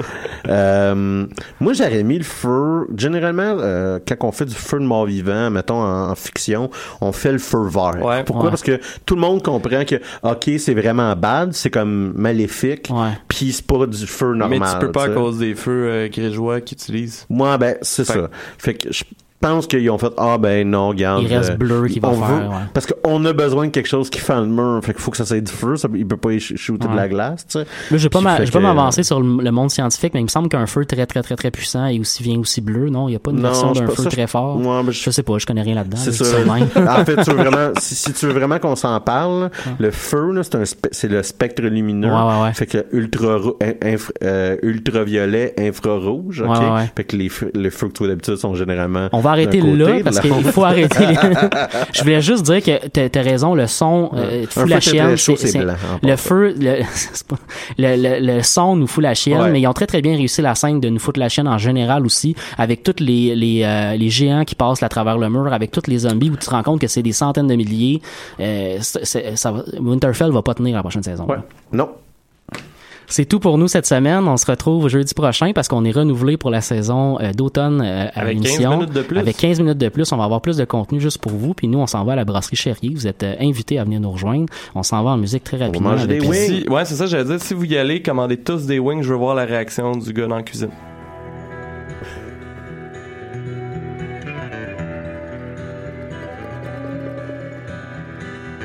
moi, j'aurais mis le feu, généralement, quand on fait du feu de mort-vivant, mettons, en fiction, on fait le feu vert. Ouais. Pourquoi? Parce que tout le monde comprend que, ok, c'est vraiment bad, c'est comme maléfique, pis c'est pas du feu normal. Mais tu peux pas à cause des feux grégeois qu'ils utilisent. Moi, ben, c'est ça. Fait que je pense qu'ils ont fait non, regarde. Il reste bleu qui va faire. Parce qu'on a besoin de quelque chose qui fait le mur. Fait qu'il faut que ça soit du feu. Il peut pas y shooter de la glace, tu sais. Là, je vais pas m'avancer sur le monde scientifique, mais il me semble qu'un feu très, très, très, très puissant vient aussi bleu, non? Il n'y a pas une version d'un feu très fort. Je sais pas, je connais rien là-dedans. C'est ça. En fait, si tu veux vraiment qu'on s'en parle, le feu, là, c'est le spectre lumineux. Fait que ultraviolet, infrarouge, ok? Fait que les feux que tu vois d'habitude sont généralement on va arrêter là, parce qu'il faut arrêter. Je voulais juste dire que t'as raison, le son te fout la chienne. Le feu, le son nous fout la chienne, mais ils ont très très bien réussi la scène de nous foutre la chienne en général aussi, avec tous les géants qui passent à travers le mur, avec tous les zombies où tu te rends compte que c'est des centaines de milliers. Winterfell va pas tenir la prochaine saison. Ouais. Non. C'est tout pour nous cette semaine. On se retrouve jeudi prochain parce qu'on est renouvelé pour la saison d'automne à l'émission. Avec 15 minutes de plus. Avec 15 minutes de plus, on va avoir plus de contenu juste pour vous. Puis nous, on s'en va à la brasserie Chérie. Vous êtes invités à venir nous rejoindre. On s'en va en musique très rapidement. On va manger des wings. Ouais, c'est ça, j'allais dire. Si vous y allez, commandez tous des wings. Je veux voir la réaction du gars dans la cuisine.